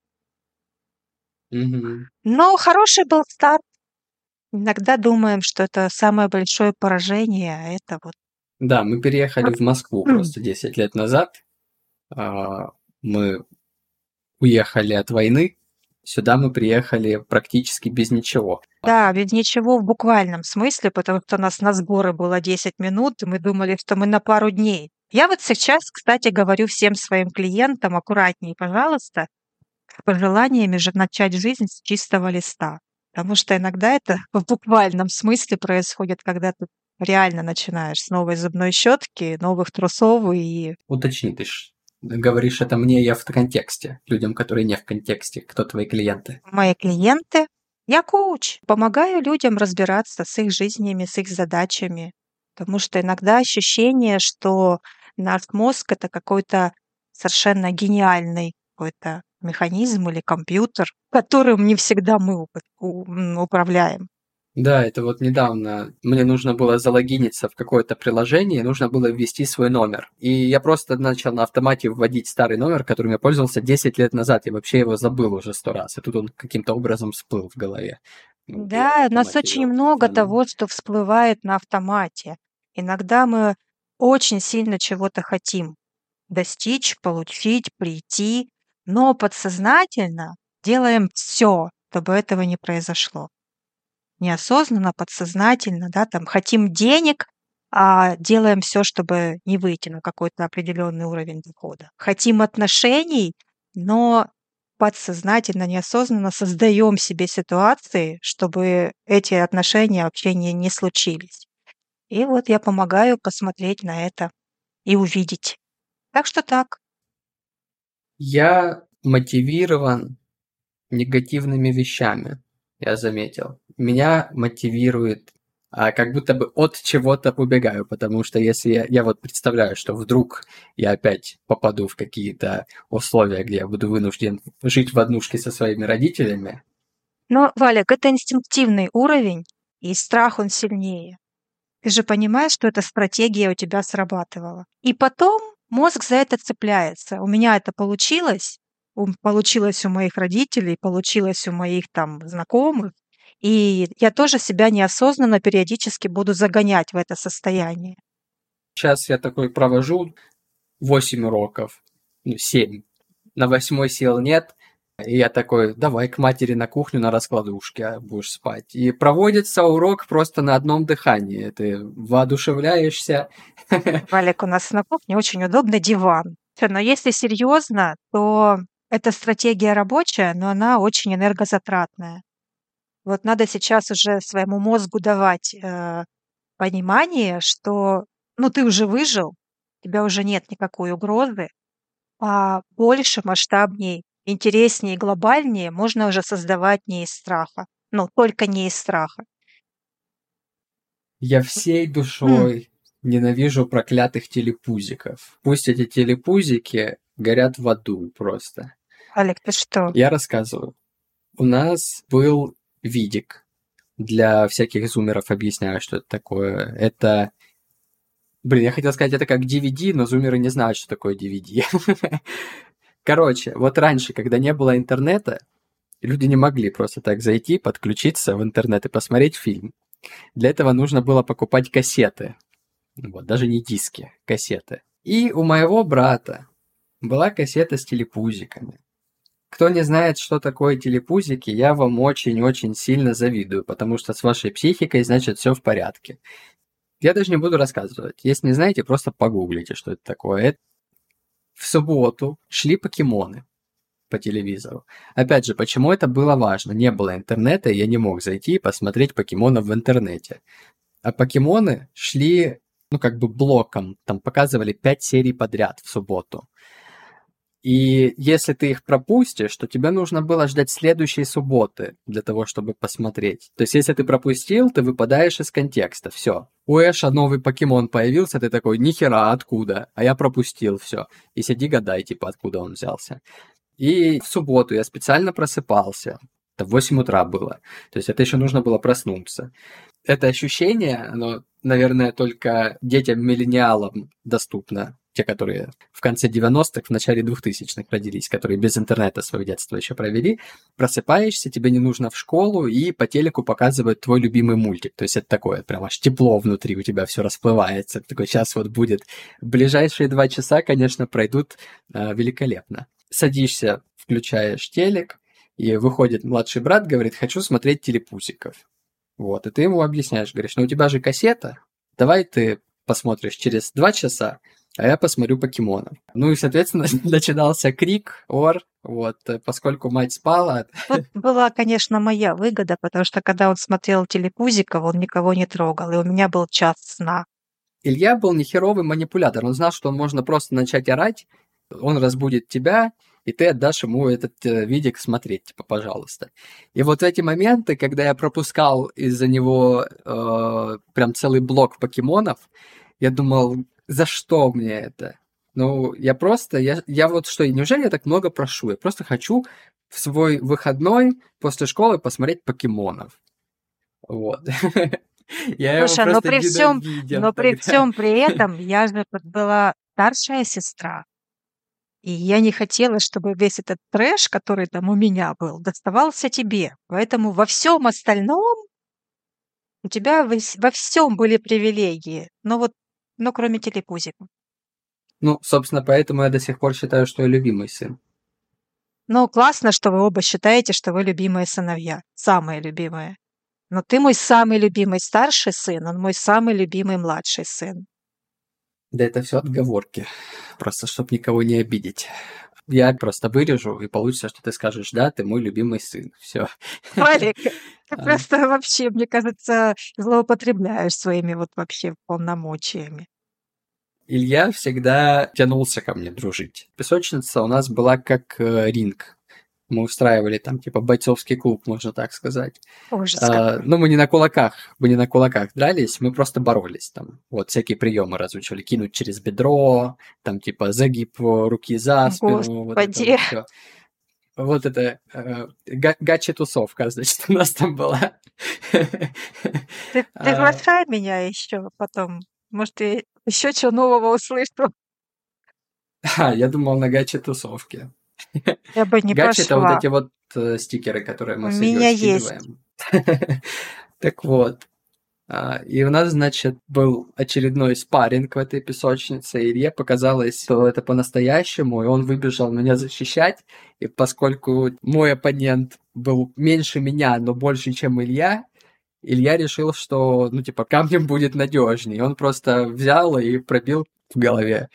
Мгм. Но хороший был старт. Иногда думаем, что это самое большое поражение, а это вот Да, мы переехали в Москву просто 10 лет назад. А, Мы уехали от войны. Сюда мы приехали практически без ничего. Да, без ничего в буквальном смысле, потому что у нас на сборы было 10 минут, и мы думали, что мы на пару дней. Я вот сейчас, кстати, говорю всем своим клиентам: аккуратнее, пожалуйста, с пожеланиями же начать жизнь с чистого листа. Потому что иногда это в буквальном смысле происходит, когда ты реально начинаешь с новой зубной щетки, новых трусов и Уточни, ты говоришь это мне, я в контексте. Людям, которые не в контексте. Кто твои клиенты? мои клиенты. Я коуч, помогаю людям разбираться с их жизнями, с их задачами, потому что иногда ощущение, что наш мозг это какой-то совершенно гениальный какой-то механизм или компьютер, которым не всегда мы управляем. Да, это вот недавно мне нужно было залогиниться в какое-то приложение, нужно было ввести свой номер. И я просто начал на автомате вводить старый номер, которым я пользовался 10 лет назад. Я вообще его забыл уже 100 раз. И тут он каким-то образом всплыл в голове. Ну, вот я на Да, у нас автомате очень ввел много свой номер. того, что всплывает на автомате. Иногда мы очень сильно чего-то хотим достичь, получить, прийти, но подсознательно делаем все, чтобы этого не произошло. Неосознанно, подсознательно, да, там хотим денег, а делаем все, чтобы не выйти на какой-то определенный уровень дохода. Хотим отношений, но подсознательно, неосознанно создаем себе ситуации, чтобы эти отношения вообще не случились. И вот я помогаю посмотреть на это и увидеть. Так что так. Я мотивирован негативными вещами, я заметил. Меня мотивирует, как будто бы от чего-то убегаю, потому что если я вот представляю, что вдруг я опять попаду в какие-то условия, где я буду вынужден жить в однушке со своими родителями. Но, Валик, это инстинктивный уровень, и страх он сильнее. Ты же понимаешь, что эта стратегия у тебя срабатывала. И потом мозг за это цепляется. У меня это получилось, получилось у моих родителей, получилось у моих там знакомых. И я тоже себя неосознанно периодически буду загонять в это состояние. Сейчас я такой провожу 8 уроков, 7. На 8 сил нет. И я такой, давай к матери на кухню на раскладушке будешь спать. И проводится урок просто на одном дыхании. Ты воодушевляешься. Валик, у нас на кухне очень удобный диван. Но если серьезно, то эта стратегия рабочая, но она очень энергозатратная. Вот надо сейчас уже своему мозгу давать понимание, что ну ты уже выжил, у тебя уже нет никакой угрозы, а больше, масштабнее, интереснее и глобальнее можно уже создавать не из страха. Ну, только не из страха. Я всей душой ненавижу проклятых телепузиков. Пусть эти телепузики горят в аду просто. Олег, ты что? Я рассказываю. У нас был видик. Для всяких зумеров объясняю, что это такое. Это... Блин, я хотел сказать, это как DVD, но зумеры не знают, что такое DVD. Короче, вот раньше, когда не было интернета, люди не могли просто так зайти, подключиться в интернет и посмотреть фильм. Для этого нужно было покупать кассеты. Вот, даже не диски, кассеты. И у моего брата была кассета с телепузиками. Кто не знает, что такое телепузики, я вам очень-очень сильно завидую, потому что с вашей психикой, значит, все в порядке. Я даже не буду рассказывать. Если не знаете, просто погуглите, что это такое. В субботу шли покемоны по телевизору. Опять же, почему это было важно? Не было интернета, и я не мог зайти и посмотреть покемонов в интернете. А покемоны шли, ну, как бы блоком. Там показывали 5 серий подряд в субботу. И если ты их пропустишь, то тебе нужно было ждать следующей субботы для того, чтобы посмотреть. То есть, если ты пропустил, ты выпадаешь из контекста. Все. У Эша новый покемон появился, ты такой, нихера, откуда? А я пропустил все. И сиди гадай, типа, откуда он взялся. И в субботу я специально просыпался. Это в 8 утра было. То есть, это еще нужно было проснуться. это ощущение, оно, наверное, только детям-миллениалам доступно. Те, которые в конце 90-х, в начале 2000-х родились, которые без интернета свое детство еще провели. Просыпаешься, тебе не нужно в школу, и по телеку показывают твой любимый мультик. То есть это такое, прям аж тепло внутри у тебя все расплывается. Такой час вот будет. Ближайшие 2 часа, конечно, пройдут великолепно. Садишься, включаешь телек, и выходит младший брат, говорит, хочу смотреть телепузиков. Вот, и ты ему объясняешь, говоришь, ну у тебя же кассета, давай ты посмотришь через 2 часа, а я посмотрю покемонов. Ну и, соответственно, начинался крик, ор, вот, поскольку мать спала. Тут была, конечно, моя выгода, потому что когда он смотрел телепузиков, он никого не трогал, и у меня был час сна. Илья был нехеровый манипулятор, он знал, что можно просто начать орать, он разбудит тебя, и ты отдашь ему этот видик смотреть, типа, пожалуйста. И вот в эти моменты, когда я пропускал из-за него прям целый блок покемонов, я думал, за что мне это? Ну, я вот что, неужели я так много прошу? Я просто хочу в свой выходной после школы посмотреть покемонов. Вот. Я его Слушай, просто ненавидел но при тогда. всем при этом я же была старшая сестра. И я не хотела, чтобы весь этот трэш, который там у меня был, доставался тебе. Поэтому во всем остальном у тебя во всем были привилегии. Но кроме телепузика. Ну, собственно, поэтому я до сих пор считаю, что я любимый сын. Ну, классно, что вы оба считаете, что вы любимые сыновья. Самые любимые. Но ты мой самый любимый старший сын, он мой самый любимый младший сын. Да это все отговорки. Просто, чтобы никого не обидеть. Я просто вырежу, и получится, что ты скажешь, да, ты мой любимый сын. Все. Валик, ты просто вообще, мне кажется, злоупотребляешь своими вот вообще полномочиями. Илья всегда тянулся ко мне дружить. Песочница у нас была как ринг. Мы устраивали там типа бойцовский клуб, можно так сказать. Ужас какой. Но мы не на кулаках дрались, мы просто боролись там. Вот всякие приемы разучивали. Кинуть через бедро, там типа загиб руки за спину, вот это Господи. вот все. Вот это гачи-тусовка, значит, у нас там была. Ты приглашай меня еще потом. Может, я еще чего нового услышу. Я думал на гачи-тусовке. Я бы не Гачи — это вот пошла. эти вот стикеры, которые У мы с Ильей меня есть. скидываем. Так вот. И у нас, значит, был очередной спарринг в этой песочнице, и Илье показалось, что это по-настоящему, и он выбежал меня защищать, и поскольку мой оппонент был меньше меня, но больше, чем Илья решил, что, ну, типа, камнем будет надежнее. Он просто взял и пробил в голове.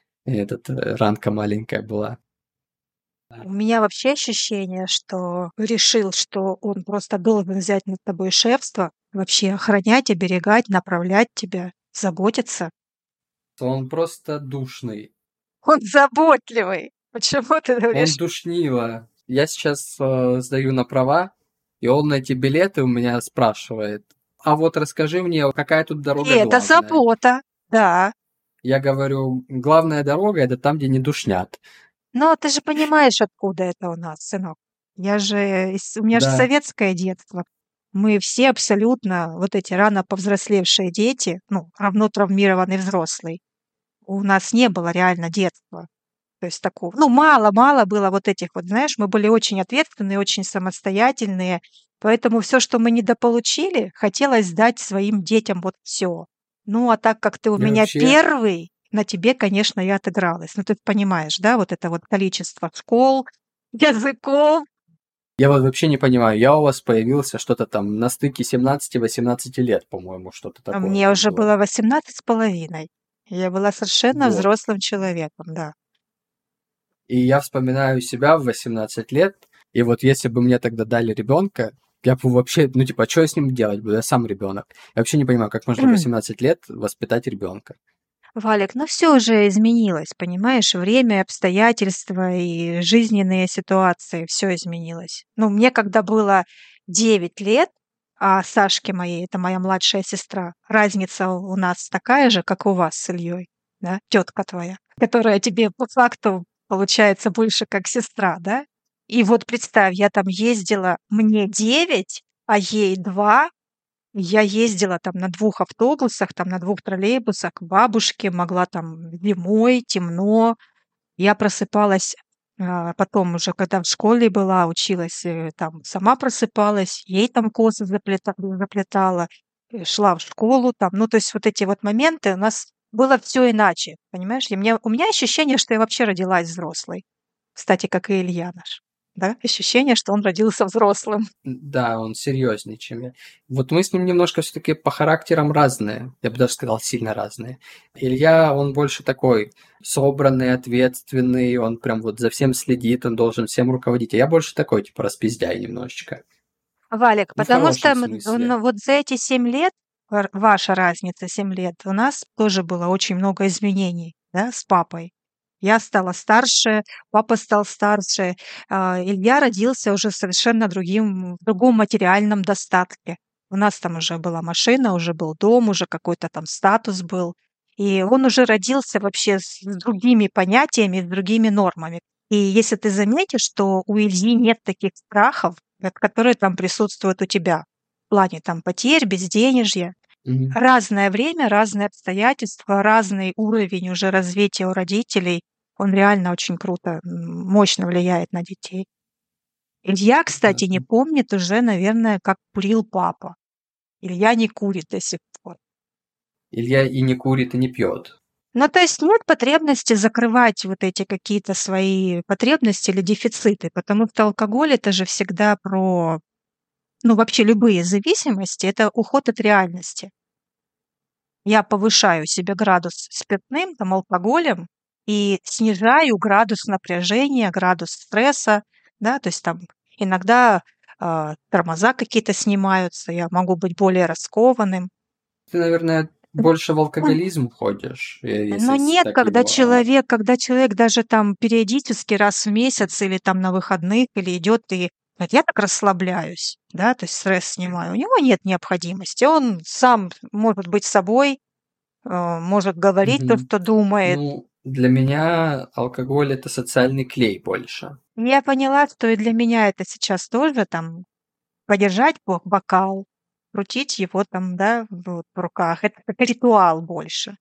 Ранка маленькая была. У меня вообще ощущение, что решил, что он просто должен взять над тобой шефство, вообще охранять, оберегать, направлять тебя, заботиться. Он просто душный. Он заботливый. Почему ты Он говоришь? душнило. Я сейчас сдаю на права, и он на эти билеты у меня спрашивает, а вот расскажи мне, какая тут И дорога это главная? забота, да. Я говорю, главная дорога — это там, где не душнят. Но ты же понимаешь, откуда это у нас, сынок. У меня же Да, советское детство. Мы все абсолютно вот эти рано повзрослевшие дети, ну, равно травмированный взрослый. У нас не было реально детства. То есть такого, ну, мало-мало было вот этих вот, знаешь, мы были очень ответственные, очень самостоятельные, поэтому все, что мы недополучили, хотелось сдать своим детям вот все. Ну, а так как ты у я меня вообще... первый, на тебе, конечно, я отыгралась. Ну, ты понимаешь, да, вот это вот количество школ, языков. Я вот вообще не понимаю, я у вас появился что-то там на стыке 17-18 лет, по-моему, что-то А такое мне там уже было. было 18,5. Я была совершенно Вот. взрослым человеком, да. И я вспоминаю себя в 18 лет, и вот если бы мне тогда дали ребенка, я бы вообще, ну типа, что я с ним делать буду? Я сам ребенок. Я вообще не понимаю, как можно в 18 лет воспитать ребенка. Валик, ну все уже изменилось, понимаешь? Время, обстоятельства и жизненные ситуации, все изменилось. Ну, мне когда было 9 лет, а Сашке моей, это моя младшая сестра, разница у нас такая же, как у вас с Ильей, да, тетка твоя, которая тебе по факту получается больше как сестра, да? И вот представь, я там ездила, мне 9, а ей 2, Я ездила там на 2 автобусах, там на 2 троллейбусах к бабушке, могла там зимой, темно. Я просыпалась, потом уже, когда в школе была, училась, там сама просыпалась, ей там косы заплетала, шла в школу там. Ну, то есть вот эти вот моменты у нас было все иначе, понимаешь? У меня ощущение, что я вообще родилась взрослой. Кстати, как и Илья наш. Да? Ощущение, что он родился взрослым. Да, он серьезнее, чем я. Вот мы с ним немножко все-таки по характерам разные. Я бы даже сказал, сильно разные. Илья, он больше такой собранный, ответственный, он прям вот за всем следит, он должен всем руководить. А я больше такой, типа, распиздяй немножечко. Валик, Ну, в потому что хорошем смысле. ну, вот за эти 7 лет, ваша разница 7 лет, у нас тоже было очень много изменений, да, с папой. Я стала старше, папа стал старше, Илья родился уже совершенно в другом материальном достатке. У нас там уже была машина, уже был дом, уже какой-то там статус был. И он уже родился вообще с другими понятиями, с другими нормами. И если ты заметишь, что у Ильи нет таких страхов, которые там присутствуют у тебя в плане там потерь, безденежья. Мгм. Разное время, разные обстоятельства, разный уровень уже развития у родителей. Он реально очень круто, мощно влияет на детей. Илья, кстати, не Понятно. помнит уже, наверное, как курил папа. Илья не курит до сих пор. Илья и не курит, и не пьет. Ну, то есть нет потребности закрывать вот эти какие-то свои потребности или дефициты, потому что алкоголь это же всегда про, ну, вообще любые зависимости, это уход от реальности. Я повышаю себе градус спиртным, там, алкоголем и снижаю градус напряжения, градус стресса, да, то есть там иногда тормоза какие-то снимаются, я могу быть более раскованным. Ты, наверное, больше в алкоголизм ходишь, Но если нет, так его... когда человек даже там периодически раз в месяц или там на выходных или идет и говорит: "Я так расслабляюсь", да, то есть стресс снимаю. У него нет необходимости. Он сам может быть собой, может говорить то, Мгм. что думает. Ну, для меня алкоголь это социальный клей больше. Я поняла, что и для меня это сейчас тоже там подержать бокал, крутить его там, да, вот в руках. Это как ритуал больше.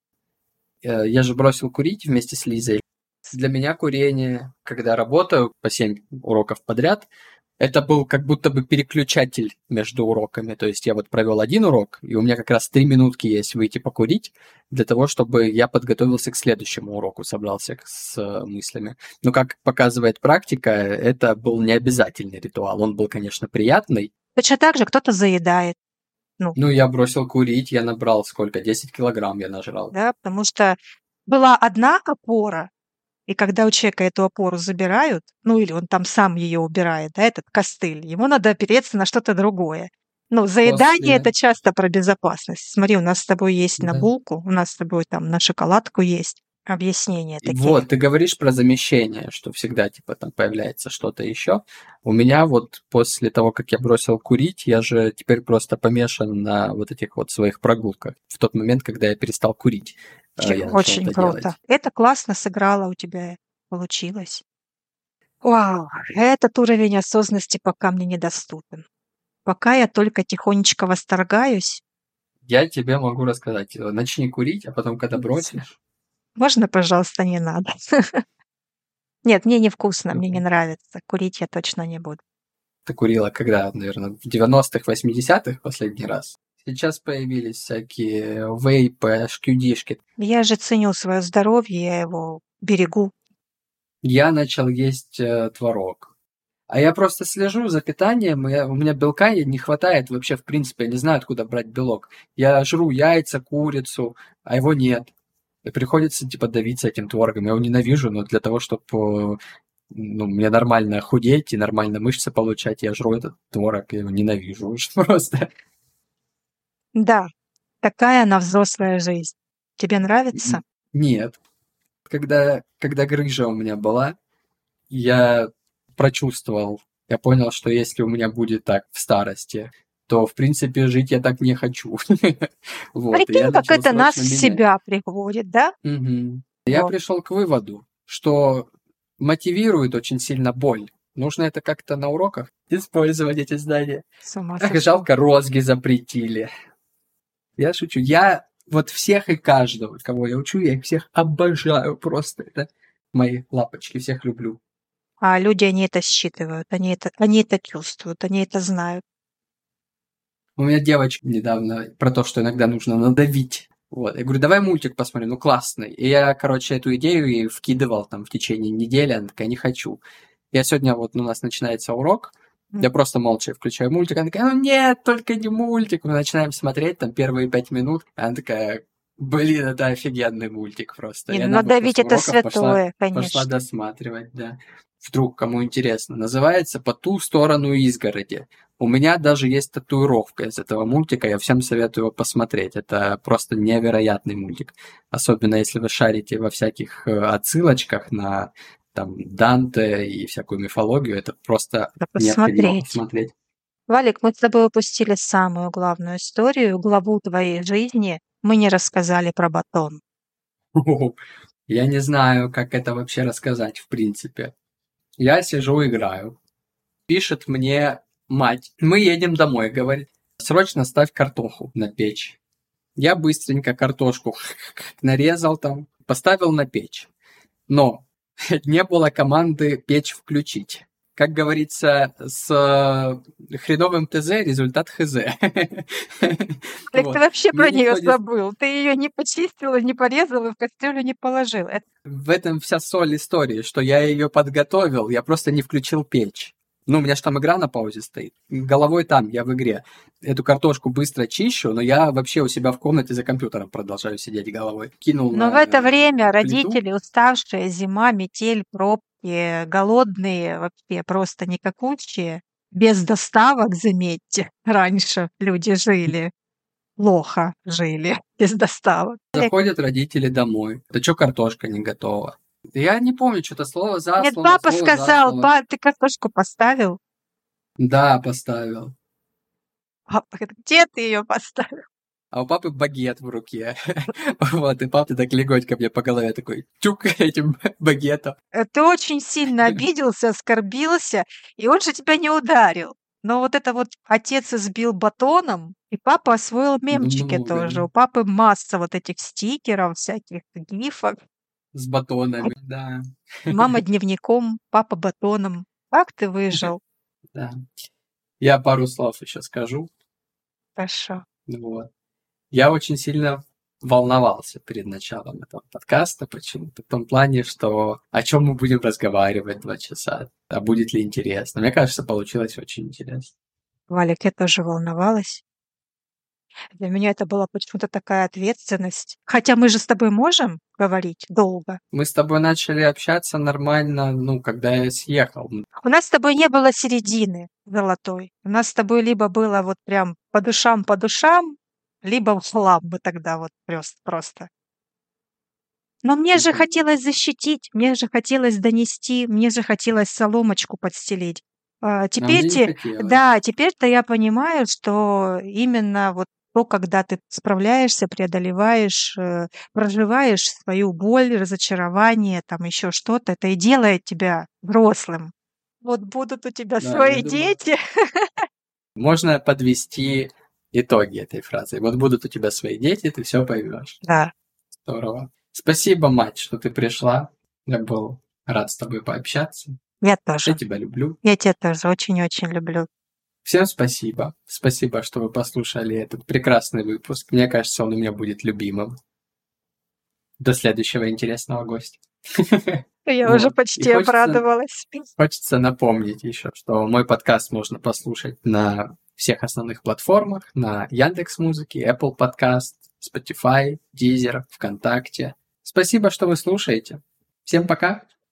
Я же бросил курить вместе с Лизой. Для меня курение, когда работаю по 7 уроков подряд, это был как будто бы переключатель между уроками. То есть я вот провел один урок, и у меня как раз 3 минутки есть выйти покурить, для того, чтобы я подготовился к следующему уроку, собрался с мыслями. Но как показывает практика, это был не обязательный ритуал. Он был, конечно, приятный. Точно так же кто-то заедает. Ну, Ну, я бросил курить, я набрал сколько? 10 килограмм я нажрал. да, потому что была одна опора, и когда у человека эту опору забирают, ну или он там сам ее убирает, да, этот костыль, ему надо опереться на что-то другое. Ну, заедание это После, часто про безопасность. Смотри, у нас с тобой есть на да. булку, у нас с тобой там на шоколадку есть объяснения И такие. вот, ты говоришь про замещение, что всегда, типа, там появляется что-то еще. У меня вот после того, как я бросил курить, я же теперь просто помешан на вот этих вот своих прогулках. В тот момент, когда я перестал курить, я начал Очень это круто. делать. Это классно сыграло у тебя, получилось. Вау, этот уровень осознанности пока мне недоступен. Пока я только тихонечко восторгаюсь. Я тебе могу рассказать, начни курить, а потом, когда бросишь, Можно, пожалуйста, не надо? Нет, мне невкусно, всё мне не будет. нравится. Курить я точно не буду. Ты курила когда, наверное, в 90-х, 80-х последний раз? Сейчас появились всякие вейпы, шкюдишки. Я же ценю свое здоровье, я его берегу. Я начал есть творог. А я просто слежу за питанием, у меня белка не хватает вообще, в принципе, я не знаю, откуда брать белок. Я жру яйца, курицу, а его нет. И приходится, типа, давиться этим творогом. Я его ненавижу, но для того, чтобы ну, мне нормально худеть и нормально мышцы получать, я жру этот творог, я его ненавижу уже просто. Да, такая она взрослая жизнь. Тебе нравится? Нет. Когда грыжа у меня была, я прочувствовал, я понял, что если у меня будет так в старости, то, в принципе, жить я так не хочу. Вот, и я Прикинь, как начал это нас срочно в менять. себя приводит, да? Мгм. Я Вот. пришел к выводу, что мотивирует очень сильно боль. Нужно это как-то на уроках использовать эти знания. С ума Ах, сошел. жалко, розги запретили. Я шучу. Я вот всех и каждого, кого я учу, я их всех обожаю просто. Это мои лапочки, всех люблю. А люди, они это считывают, они это чувствуют, они это знают. У меня девочка недавно про то, что иногда нужно надавить. Вот. Я говорю, давай мультик посмотрим, ну классный. И я, короче, эту идею ей вкидывал там в течение недели, она такая, не хочу. Я сегодня, вот у нас начинается урок, я просто молча включаю мультик, она такая, ну нет, только не мультик. Мы начинаем смотреть там первые 5 минут, она такая, блин, это офигенный мультик просто. Не, И она вот надавить после это уроков святое, пошла конечно. досматривать, да. Вдруг кому интересно. Называется «По ту сторону изгороди». У меня даже есть татуировка из этого мультика, я всем советую его посмотреть. Это просто невероятный мультик. Особенно если вы шарите во всяких отсылочках на там Данте и всякую мифологию, это просто Надо необходимо посмотреть. посмотреть. Валик, мы с тобой упустили самую главную историю, главу твоей жизни. Мы не рассказали про батон. Я не знаю, как это вообще рассказать, в принципе. Я сижу, играю. Пишет мне мать. Мы едем домой, говорит. Срочно ставь картоху на печь. Я быстренько картошку нарезал там, поставил на печь. Но не было команды печь включить. Как говорится, с хреновым ТЗ результат ХЗ. Олег, ты вообще про Мне нее никто не... забыл. Ты ее не почистил, не порезал и в кастрюлю не положил. В этом вся соль истории, что я ее подготовил, я просто не включил печь. Ну, у меня же там игра на паузе стоит. Головой там, я в игре. Эту картошку быстро чищу, но я вообще у себя в комнате за компьютером продолжаю сидеть головой. Кинул Но в на это время плиту. родители, уставшие, зима, метель, пробки, голодные, вообще просто никакущие, без доставок, заметьте, раньше люди жили, плохо жили без доставок. Олег, Заходят родители домой. Да что картошка не готова? Я не помню, что-то слово за нет, слово, папа слово за сказал, слово. ты картошку поставил? Да, поставил. Папа говорит, где ты ее поставил? А у папы багет в руке. Вот, и папа так легонько мне по голове такой тюк этим багетом. Ты очень сильно обиделся, оскорбился, и он же тебя не ударил. Но вот это вот отец избил батоном, и папа освоил Ну, мемчики много, тоже. да. У папы масса вот этих стикеров, всяких гифок. С батонами, да. Мама дневником, папа батоном. Как ты выжил? Да. Я пару слов еще скажу. Хорошо. Вот. Я очень сильно волновался перед началом этого подкаста. Почему-то в том плане, что о чем мы будем разговаривать 2 часа, а будет ли интересно. Мне кажется, получилось очень интересно. Валик, я тоже волновалась. Для меня это была почему-то такая ответственность. Хотя мы же с тобой можем говорить долго. Мы с тобой начали общаться нормально, ну, когда я съехал. У нас с тобой не было середины золотой. У нас с тобой либо было вот прям по душам, либо в хлам мы тогда вот просто. Но мне же хотелось защитить, мне же хотелось донести, мне же хотелось соломочку подстелить. А мне не хотелось. Да, теперь-то я понимаю, что именно вот то, когда ты справляешься, преодолеваешь, проживаешь свою боль, разочарование, там еще что-то, это и делает тебя взрослым. Вот будут у тебя Да, я свои думаю, дети. можно подвести итоги этой фразы. Вот будут у тебя свои дети, ты все поймешь. Да, Здорово. Спасибо, мать, что ты пришла. Я был рад с тобой пообщаться. я Я тоже. тебя люблю. Я тебя тоже очень-очень люблю. Всем спасибо. Спасибо, что вы послушали этот прекрасный выпуск. Мне кажется, он у меня будет любимым. До следующего интересного гостя. Я уже Вот. И почти обрадовалась. хочется напомнить еще, что мой подкаст можно послушать на всех основных платформах, на Яндекс.Музыке, Apple Podcast, Spotify, Deezer, ВКонтакте. Спасибо, что вы слушаете. Всем пока!